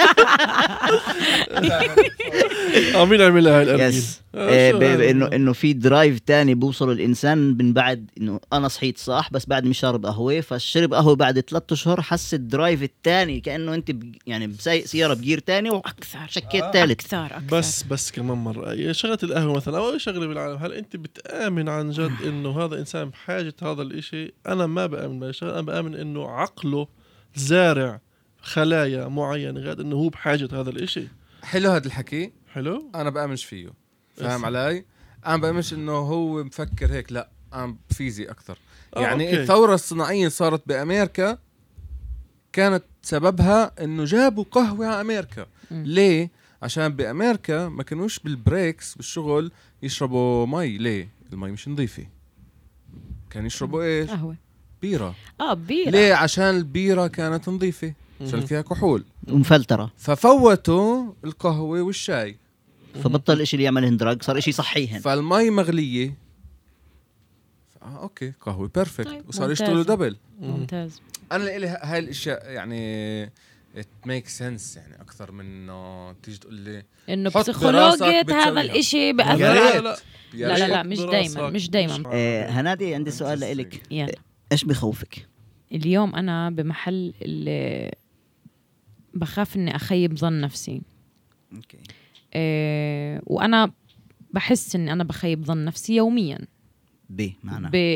اه مين عملها هاي الارجيله؟ يس انه انه في درايف تاني بوصل الانسان من بعد انه انا صحيت صح بس بعد مش شارب قهوه فالشرب قهوه بعد ثلاثة اشهر حس الدرايف التاني كانه انت بج... يعني بسايق سياره بجير تاني اكثر وشكيت ثالث. اكثر اكثر بس بس كمان مرة شغلة القهوة مثلا أو أي شغلة بالعالم هل أنت بتآمن عن جد إنه هذا إنسان بحاجة هذا الإشي؟ أنا ما بآمن بهاي الشغلة. أنا بآمن إنه عقله زارع خلايا معينة غاد إنه هو بحاجة هذا الإشي. حلو هذا الحكي. حلو. أنا بآمنش فيه. فاهم بس. علي؟ أنا بآمنش إنه هو مفكر هيك. لا أنا فيزي أكثر. آه، يعني أوكي. الثورة الصناعية صارت بأمريكا كانت سببها إنه جابوا قهوة على أمريكا. م. ليه؟ عشان بأمريكا ما كانوش بالبريكس بالشغل يشربوا مي. ليه؟ المي مش نظيفة. كانوا يشربوا إيش؟ قهوة بيرة. اه بيرة. ليه؟ عشان البيرة كانت نظيفة عشان مهم. فيها كحول. ومفلتره ففوتوا القهوة والشاي فبطل إشي اللي يعملهن دراج صار إشي صحيهن. فالمي مغلية. آه أوكي قهوة بيرفكت. طيب، وصار ممتاز. يشتغلوا دبل. ممتاز. أنا لإلي هاي الأشياء يعني it makes sense يعني أكثر من إنه تيجي تقول لي انه حط بسيكولوجية براسك هذا بتسويها. الاشي يا بأثر. ريت. لا يا لا لا ريت. لا مش دايما مش دايما. آه هنادي عندي سؤال لإلك. يعني إيش بخوفك؟ اليوم انا بمحل اللي بخاف اني اخيب ظن نفسي. أوكي. إيه وانا بحس اني انا بخيب ظن نفسي يوميا. ب معنا. ب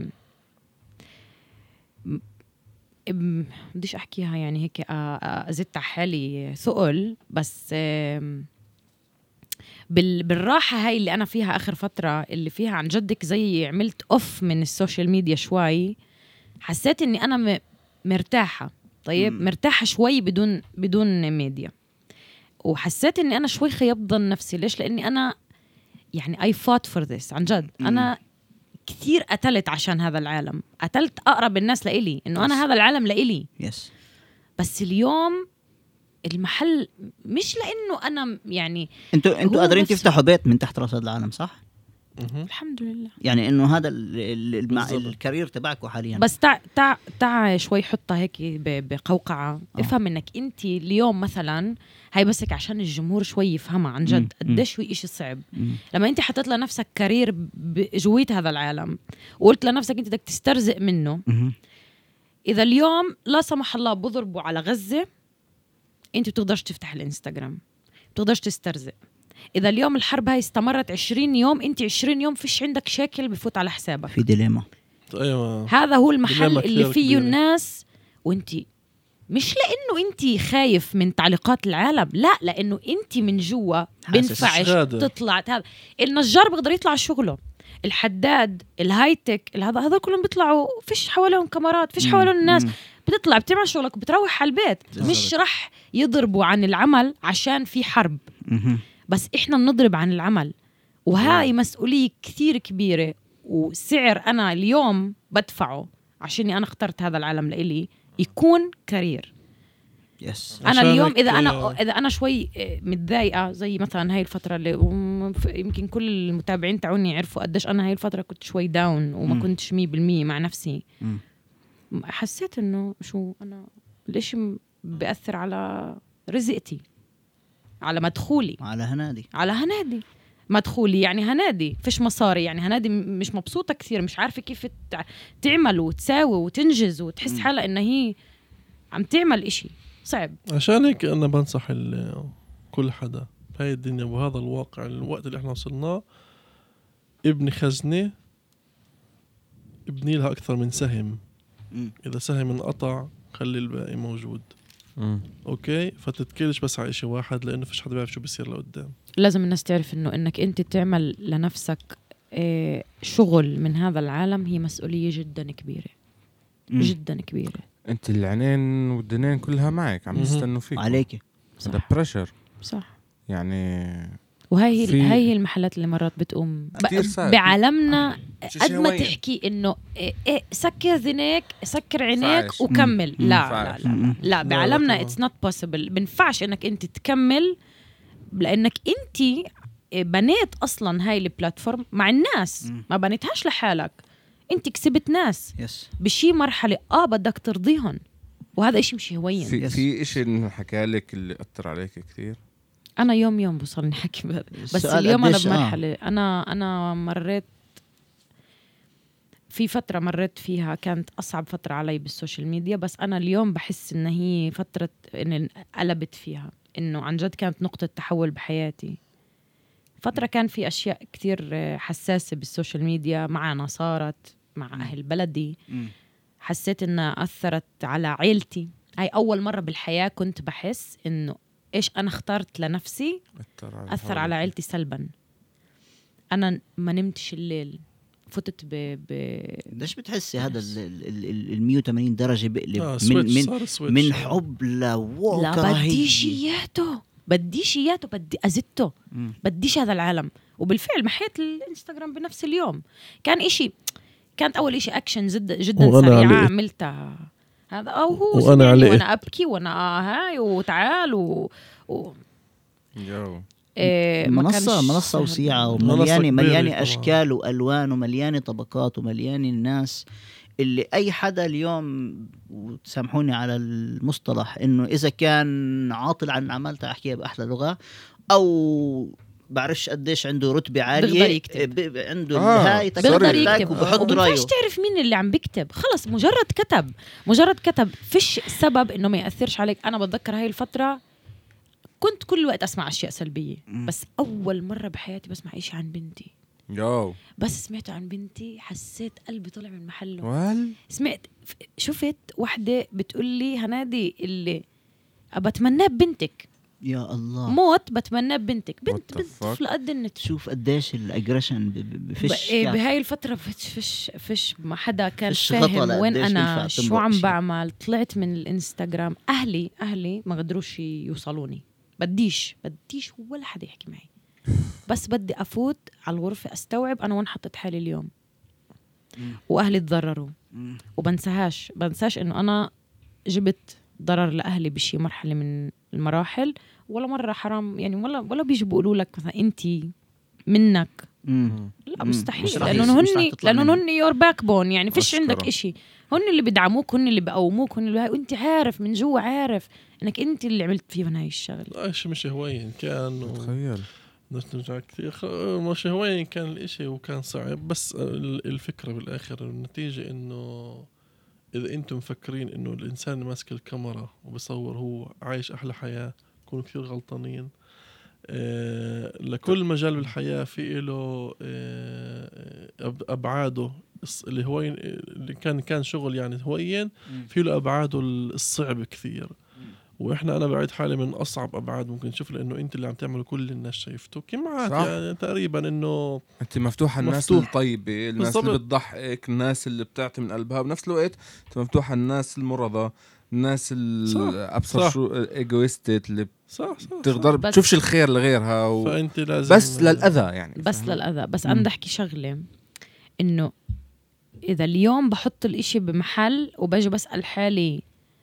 م- بديش احكيها يعني هيك ازت على حالي ثقل بس آم، بال... بالراحة هاي اللي أنا فيها آخر فترة اللي فيها عن جدك زي عملت أوف من السوشيال ميديا شوي. حسيت إني أنا م... مرتاحة. طيب مم. مرتاحة شوي بدون بدون ميديا. وحسيت اني انا شوي خيبت ظن نفسي. ليش؟ لاني انا يعني I fought for this عن جد. مم. انا كثير قتلت عشان هذا العالم، قتلت اقرب الناس لإلي انه انا يس. هذا العالم لإلي. يس. بس اليوم المحل مش لانه انا يعني انتوا انتوا هو قادرين نفسه. تفتحوا بيت من تحت راس هذا العالم صح؟ مهم. الحمد لله. يعني انه هذا ال- ال- المع... بالضبط. الكارير تبعكم حاليا. بس تع تع تع شوي حطها هيك ب- بقوقعة. آه. افهم انك انت اليوم مثلا هاي بسك عشان الجمهور شوي يفهمها عن جد مم. قديش هو إشي صعب. مم. لما انت حطيت لنفسك كارير بجويت هذا العالم وقلت لنفسك انت بدك تسترزق منه، مهم. اذا اليوم لا سمح الله بضربوا على غزة انت بتقدرش تفتح الانستغرام، بتقدرش تسترزق. اذا اليوم الحرب هاي استمرت عشرين يوم انت عشرين يوم فيش عندك شكل بفوت على حسابك. في ديليما. ايوه هذا هو المحل ديليما اللي كثير فيه كبيرة. الناس. وانت مش لانه انت خايف من تعليقات العالم، لا، لانه انت من جوا حاسس بنفعش غادر. تطلع. هذا النجار بيقدر يطلع شغله، الحداد، الهايتك، هذا هذا كلهم بيطلعوا فيش حواليهم كاميرات، فيش حواليهم الناس. مم. بتطلع بتعمل شغلك وبتروح على البيت. بالضبط. مش رح يضربوا عن العمل عشان في حرب، مهم. بس احنا بنضرب عن العمل. وهاي مسؤولية كثير كبيرة وسعر أنا اليوم بدفعه عشاني أنا اخترت هذا العالم لإلي يكون كارير. يس. أنا اليوم عشانك، إذا أنا آه، إذا أنا شوي آه، متضايقة زي مثلا هاي الفترة اللي وم- ف- يمكن كل المتابعين تعوني يعرفوا قديش أنا هاي الفترة كنت شوي داون وما مم. كنتش مية بالمية مع نفسي. مم. حسيت إنه شو أنا ليش م- بيأثر على رزقتي، على مدخولي، على هنادي. على هنادي مدخولي. يعني هنادي فيش مصاري، يعني هنادي م- مش مبسوطة كثير، مش عارفة كيف تع- تعمل وتساوي وتنجز وتحس مم. حالها إنها هي عم تعمل إشي صعب. عشان هيك انا بنصح ال- كل حدا بهاي الدنيا وهذا الواقع الوقت اللي احنا وصلناه، ابني خزنة ابني لها اكثر من سهم. مم. اذا سهم انقطع خلي الباقي موجود. مم. اوكي، فتتكلش بس على شيء واحد لانه فيش حدا بيعرف شو بيصير لقدام. لازم الناس تعرف إنه إنك أنت تعمل لنفسك آه، شغل من هذا العالم هي مسؤولية جدا كبيرة. مم. جدا كبيرة. انت العينين والدنين كلها معك عم مهم. يستنوا فيك. عليك. هذا صح بريشر صح. يعني. وهي هي في- هاي هي المحلات اللي مرات بتقوم كتير ب- صعب. بعالمنا شي قد شي ما وين؟ تحكي انه إيه إيه سكر ذنيك سكر عينيك فعش. وكمل. مم. لا لا فعش. لا لا, لا بعالمنا طبعاً. اتس نوت بوسيبل. بنفعش انك انت تكمل لانك انت بنيت اصلا هاي البلاتفورم مع الناس. مم. ما بنيتهاش لحالك، انت كسبت ناس يس. بشي مرحله اه بدك ترضيهم، وهذا اشي مش هوين. في يس. في اشي انه حكى لك اللي اثر عليك كثير. انا يوم يوم بوصلني حكي بهذا. بس السؤال اليوم انا قديش- آه. بمرحله انا انا مريت في فتره مريت فيها كانت اصعب فتره علي بالسوشيال ميديا. بس انا اليوم بحس ان هي فتره ان قلبت فيها، انه عن جد كانت نقطه تحول بحياتي. فتره كان في اشياء كتير حساسه بالسوشيال ميديا معنا صارت مع اهل بلدي. مم. حسيت انها اثرت على عيلتي. هاي اول مره بالحياه كنت بحس انه ايش انا اخترت لنفسي اثر على أثر على عيلتي سلبا. أنا ما نمتش الليل، فتت ب, ب... ليش بتحسي هذا ال ال- ال ال مية وثمانين درجة بقلب آه من سويتش من صار سويتش. من حب لا لوكراهية؟ بديش إياته بديش إياته بدي أزته مم. بديش هذا العالم. وبالفعل محيت الانستغرام بنفس اليوم. كان إشي كانت أول إشي أكشن جدا جدا وأنا سريعة علقت. عملتها. هذا أو هو وأنا سمعني علقت. وأنا أبكي وأنا آه هاي وتعال و... و... يو. إيه ما منصة كانش منصة سهل. وسيعة منصة ومليانة كبيرة مليانة طبعاً. أشكال وألوان ومليانة طبقات ومليانة الناس اللي أي حدا اليوم، وتسامحوني على المصطلح، إنه إذا كان عاطل عن عمل أحكيها بأحلى لغة أو بعرفش قديش عنده رتبة عالية بيقدر يكتب. ب- ب- عنده آه، هاي بيقدر سوري. يكتب وبحط وبنفعش رأيه. تعرف مين اللي عم بيكتب. خلص مجرد كتب مجرد كتب فيش سبب انه ما يأثرش عليك. انا بتذكر هاي الفترة كنت كل وقت اسمع اشياء سلبية، مم. بس اول مرة بحياتي بسمع اشي عن بنتي. يو. بس سمعته عن بنتي حسيت قلبي طلع من محله. وال سمعت شفت وحدة بتقول لي هنادي اللي بتمناه ببنتك. يا الله موت بتمنى ببنتك، بنت What the بنت fuck؟ طفل قد النت. شوف قديش الاجريشن بفش ب- بهاي الفترة فش فش فش ما حدا كان فش غطا فاهم وين لقديش أنا بينفع شو تنبق عم شي. بعمل. طلعت من الانستغرام، أهلي أهلي ما قدروش يوصلوني، بديش بديش ولا حدا يحكي معي، بس بدي أفوت على الغرفة أستوعب أنا وين حطيت حالي اليوم. وأهلي تضرروا وبنساهاش بنساش إنه أنا جبت ضرر لأهلي بشي مرحلة من المراحل. ولا مرة حرام يعني، ولا ولا بيجوا بيقولوا لك مثلا أنتي منك، مم. لا مم. مستحيل، مش رح لأنه يس- مش رح هن تطلع لأنه منه. هن يور باك بون، يعني فيش أشكره. عندك إشي. هن اللي بدعموك، هن اللي بقوموك، هن اللي وانت عارف من جوا، عارف انك انت اللي عملت فيهم هاي الشغل. لا شيء مش هواين كان و... تخيل بدناش نرجع كثير خ... مش هواين كان الاشي وكان صعب. بس ال- الفكرة بالاخر النتيجة انه اذا انتم مفكرين انه الانسان اللي ماسك الكاميرا وبصور هو عايش احلى حياة، كونوا كثير غلطانين. آه لكل مجال بالحياة في له آه أب- ابعاده الص- اللي هو اللي كان كان شغل يعني هوين، في له ابعاده الصعب كثير. واحنا انا بعيد حالي من اصعب ابعاد ممكن تشوف، لانه انت اللي عم تعمله كل الناس شايفته كمعات صح. يعني تقريبا انه انت مفتوحه الناس مفتوح. الطيبه، الناس بالضبط. اللي بتضحك، الناس اللي بتعطي من قلبها، بنفس الوقت انت مفتوحه الناس المرضى، الناس صح. الابصر صح. شو الايجويستات اللي صح صح بتقدر بس- بتشوفش الخير لغيرها و... فانت لازم بس للاذى يعني. بس فاهم؟ للأذى. بس مم. أنا بدي أحكي شغلة، إنه إذا اليوم بحط الإشي بمحل وباجي بسأل حالي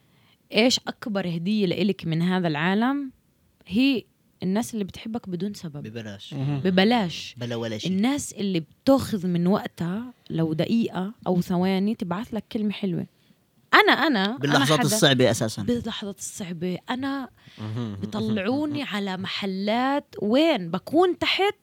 إيش أكبر هدية لإلك من هذا العالم، هي الناس اللي بتحبك بدون سبب ببلاش مهم. ببلاش. بلا ولا شيء. الناس اللي بتاخذ من وقتها لو دقيقة أو ثواني تبعث لك كلمة حلوة. أنا أنا باللحظات أنا حدا- الصعبة أساسا. باللحظات الصعبة أنا بيطلعوني على محلات وين بكون تحت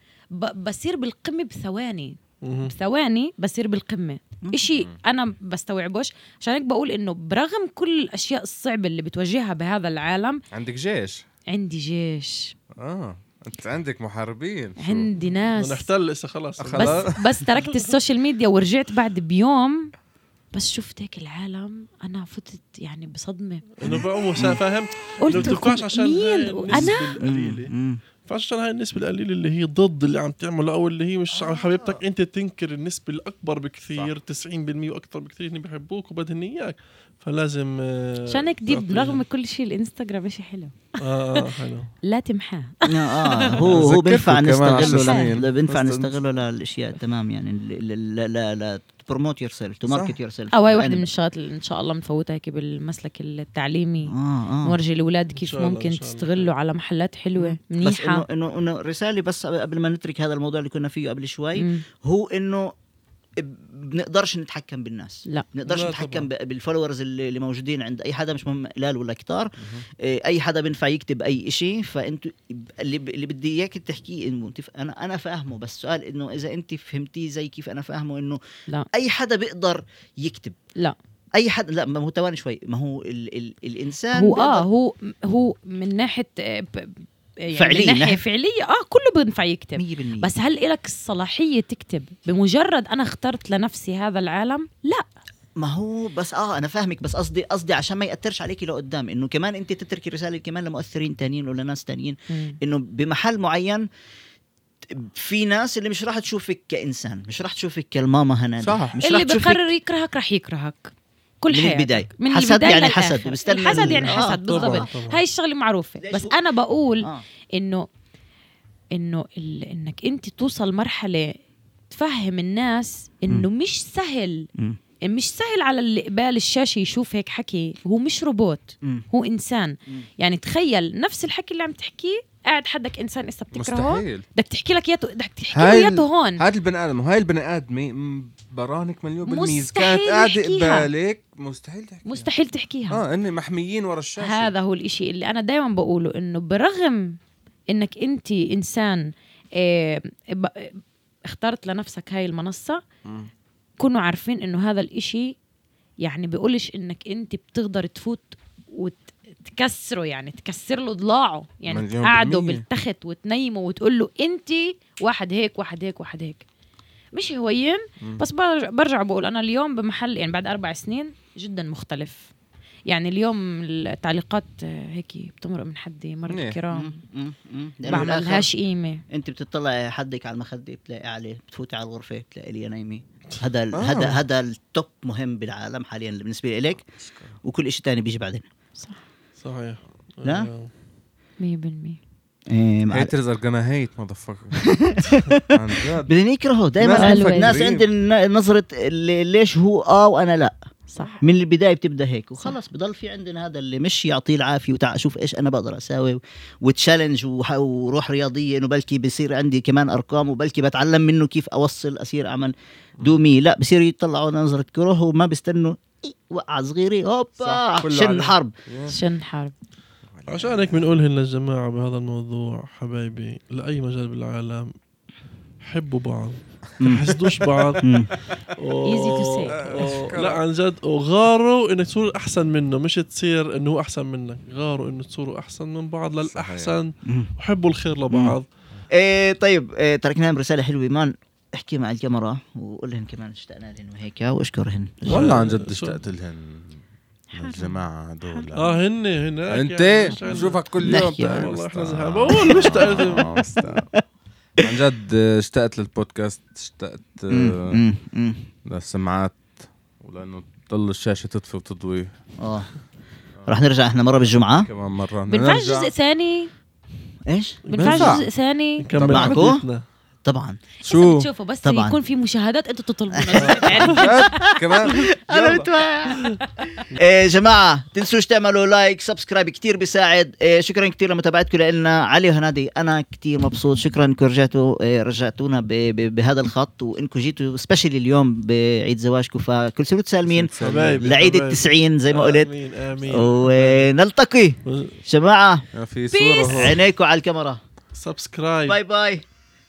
ب- بصير بالقمة بثواني مهم. بثواني بصير بالقمة. إشي أنا بستوعبوش. عشان هيك بقول إنه برغم كل الأشياء الصعبة اللي بتواجهها بهذا العالم، عندك جيش. عندي جيش، اه انت عندك محاربين. شو؟ عندي بدنا ناس. نحتل لسه خلاص. خلاص. بس بس تركت السوشيال ميديا ورجعت بعد بيوم، بس شفت هيك العالم أنا فتت يعني بصدمة. انه بقوم فاهم لو قلت تنفعش عشان هاي مين النسبة أنا القليلة، مم. فعش عشان هاي النسبة القليلة اللي هي ضد اللي عم تعمله أو اللي هي مش على حبيبتك، أنت تنكر النسبة الأكبر بكثير، تسعين بالمية وأكثر بكثير اللي بيحبوك وبدهن إياك. فلازم آه، عشان هيك دي تعطي- رغم كل شيء الانستغرام شيء حلو، آه آه حلو. لا تمحاه. اه هو هو ذكرتكم بينفع كمان عشر نستغله سنين. ل- بينفع بس- نستغله للاشياء تمام يعني لا لا لا بروموت يور سيلف تو ماركت يور سيلف. أو هاي واحدة من الشغلات اللي إن شاء الله بنفوتها هيك بالمسلك التعليمي، اه اه نورجي الأولاد كيف شاء الله، ممكن إن شاء الله. تستغلوا على محلات حلوة بس انه منيحة. انه انه رساله بس قبل ما نترك هذا الموضوع اللي كنا فيه قبل شوي، مم. هو انه بنقدرش نتحكم بالناس، لا بنقدرش لا نتحكم طبعاً. ب- بالفولورز اللي اللي موجودين عند اي حدا، مش مهم قلال ولا كتار. إيه، اي حدا بينفع يكتب اي إشي. فانتوا اللي ب- اللي بدي اياك تحكيه انه انت ف- انا انا فاهمه، بس سؤال انه اذا انت فهمتيه زي كيف انا فاهمه، انه لا اي حدا بيقدر يكتب، لا اي حدا. لا ما هو تواني شوي، ما هو ال ال الانسان هو اه بيقدر- هو هو من ناحية آه، ب- يعني فعلية، من ناحية ناحية- فعلية اه كله بينفع يكتب. مية بالمية. بس هل إلك الصلاحية تكتب بمجرد أنا اخترت لنفسي هذا العالم؟ لا. ما هو بس اه انا فاهمك، بس قصدي قصدي عشان ما ياثرش عليكي لقدام، انه كمان انت تتركي رساله كمان لمؤثرين تانيين ولا ناس تانيين، انه بمحل معين في ناس اللي مش راح تشوفك كإنسان، مش راح تشوفك كالماما هنا، صح. مش اللي راح تشوفك بقرر يكرهك رح يكرهك كل من حياتك. البداية. من حسد البداية يعني للآخر. حسد، بستنى الحسد ال- يعني آه، حسد طبعاً، بالضبط. طبعاً. هاي الشغلة معروفة. ليش بس هو- أنا بقول آه. إنه إنه ال... إنك أنت توصل مرحلة تفهم الناس إنه مش سهل، مم. مش سهل على اللي قبال الشاشة يشوف هيك حكي. هو مش روبوت، مم. هو إنسان. مم. يعني تخيل نفس الحكي اللي عم تحكيه قاعد حدك إنسان إسا بتكرهه، مستحيل. بدك تحكي لك ياته، بدك تحكي له هاي ياته هون. هذا البني ادم وهاي البني ادمه م- برانك مليون بالمية مستحيل كانت قاعده يحكيها. قبالك مستحيل تحكي. مستحيل تحكيها. اه اني محميين ورا الشاشه. هذا هو الإشي اللي أنا دايما بقوله، إنه برغم إنك أنت إنسان إيه ب- اخترت لنفسك هاي المنصة، مم. كونوا عارفين إنه هذا الإشي يعني بيقولش إنك أنت بتقدر تفوت وتكسره، يعني تكسر له ضلاعه، يعني مليون تقعده بالمية. بالتخت وتنيمه وتقول له أنت واحد هيك واحد هيك واحد هيك. مش هوين. مم. بس برجع, برجع بقول أنا اليوم بمحل يعني بعد أربع سنين جدا مختلف. يعني اليوم التعليقات هيك بتمرق من حدي مرة منيح. الكرام مم. مم. لأنه بعملهاش قيمة. انت بتطلع حدك على المخده بتلاقي عليه، بتفوتي على الغرفه بتلاقي لي نايمه. هذا ال- آه. هذا هذا التوب مهم بالعالم حاليا بالنسبه لك، وكل شيء تاني بيجي بعدين. صح صحيح. لا؟ آه. مية بالمية. إيه مع- هيترز ار جونا هيت مotherfucker. عن جد. بدهم يكرهوا ناس دائما. قلوة. الناس غريب. عندنا نظره اللي ليش هو اه وانا لا، صح من البدايه بتبدا هيك وخلص. بضل في عندنا هذا اللي مش يعطيه العافيه وتع اشوف ايش انا بقدر اساوي وتشالنج وح- وروح رياضيه، انه بلكي بصير عندي كمان ارقام وبلكي بتعلم منه كيف اوصل اصير اعمل دومي. لا، بصير يطلعوا نظره كره وما بيستنوا إيه وقعه صغيره صح، هوبا كله شن عليه. حرب. شن حرب. عشان هيك بنقولهن للجماعة بهذا الموضوع حبايبي، لأي مجال بالعالم حبوا بعض، ما تحسدوش بعض. مم. Easy to say. و- لا عن جد، وغاروا انك تصير احسن منه، مش تصير انه هو احسن منك. غاروا انه تصيروا احسن من بعض للاحسن، مم. وحبوا الخير لبعض. إيه طيب، إيه تركناهم رساله حلوه مان. احكي مع الكاميرا وقول لهم كمان اشتقنا لهم وهيك واشكرهن. والله عن جد شو- اشتقت لهن الجماعة هدول. اه هن هناك انت يعني مش عارف. بشوفك كل يوم. نحكي. تعال. والله احنا زهقان بقول مش تقدم. آه، مستعد. عن جد اشتقت للبودكاست، اشتقت آه، مم. مم. للسماعات، ولانه تضل الشاشة تطفي وتضوي. اه رح نرجع احنا مره بالجمعه. كمان مرة بنفعش نرجع. جزء ثاني. ايش بنفعش بنفع. جزء ثاني. نكمل معكو؟ حديثنا. طبعا. شو بتشوفوا بس طبعاً. يكون في مشاهدات انتوا تطلبونا. جد كمان. إيه جماعة تنسوش تعملوا لايك سبسكرايب، كتير بيساعد. إيه شكرا كتير لمتابعتكم لنا. علي وهنادي أنا كتير مبسوط، شكرا انكم رجعتوا إيه رجعتونا ب- ب- بهذا الخط، وانكم جيتوا سبيشلي اليوم بعيد زواجكم، فكل سنة وانتم سالمين حبايبي لعيد حبايبي. التسعين زي ما قلت. امين امين. ونلتقي جماعة. في صورة هون. عينيكم على الكاميرا. سبسكرايب. باي باي.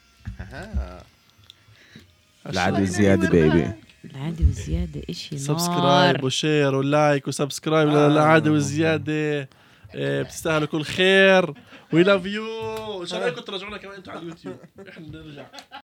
العادي زيادة بيبي. العادي والزيادة اشي نار. سبسكرايب وشير ولايك وسبسكرايب للعادة والزيادة. إيه، بتستاهلوا كل خير. وي لاف يو. ان شاء الله انكم تراجعونا كمان انتوا على اليوتيوب. احنا نرجع.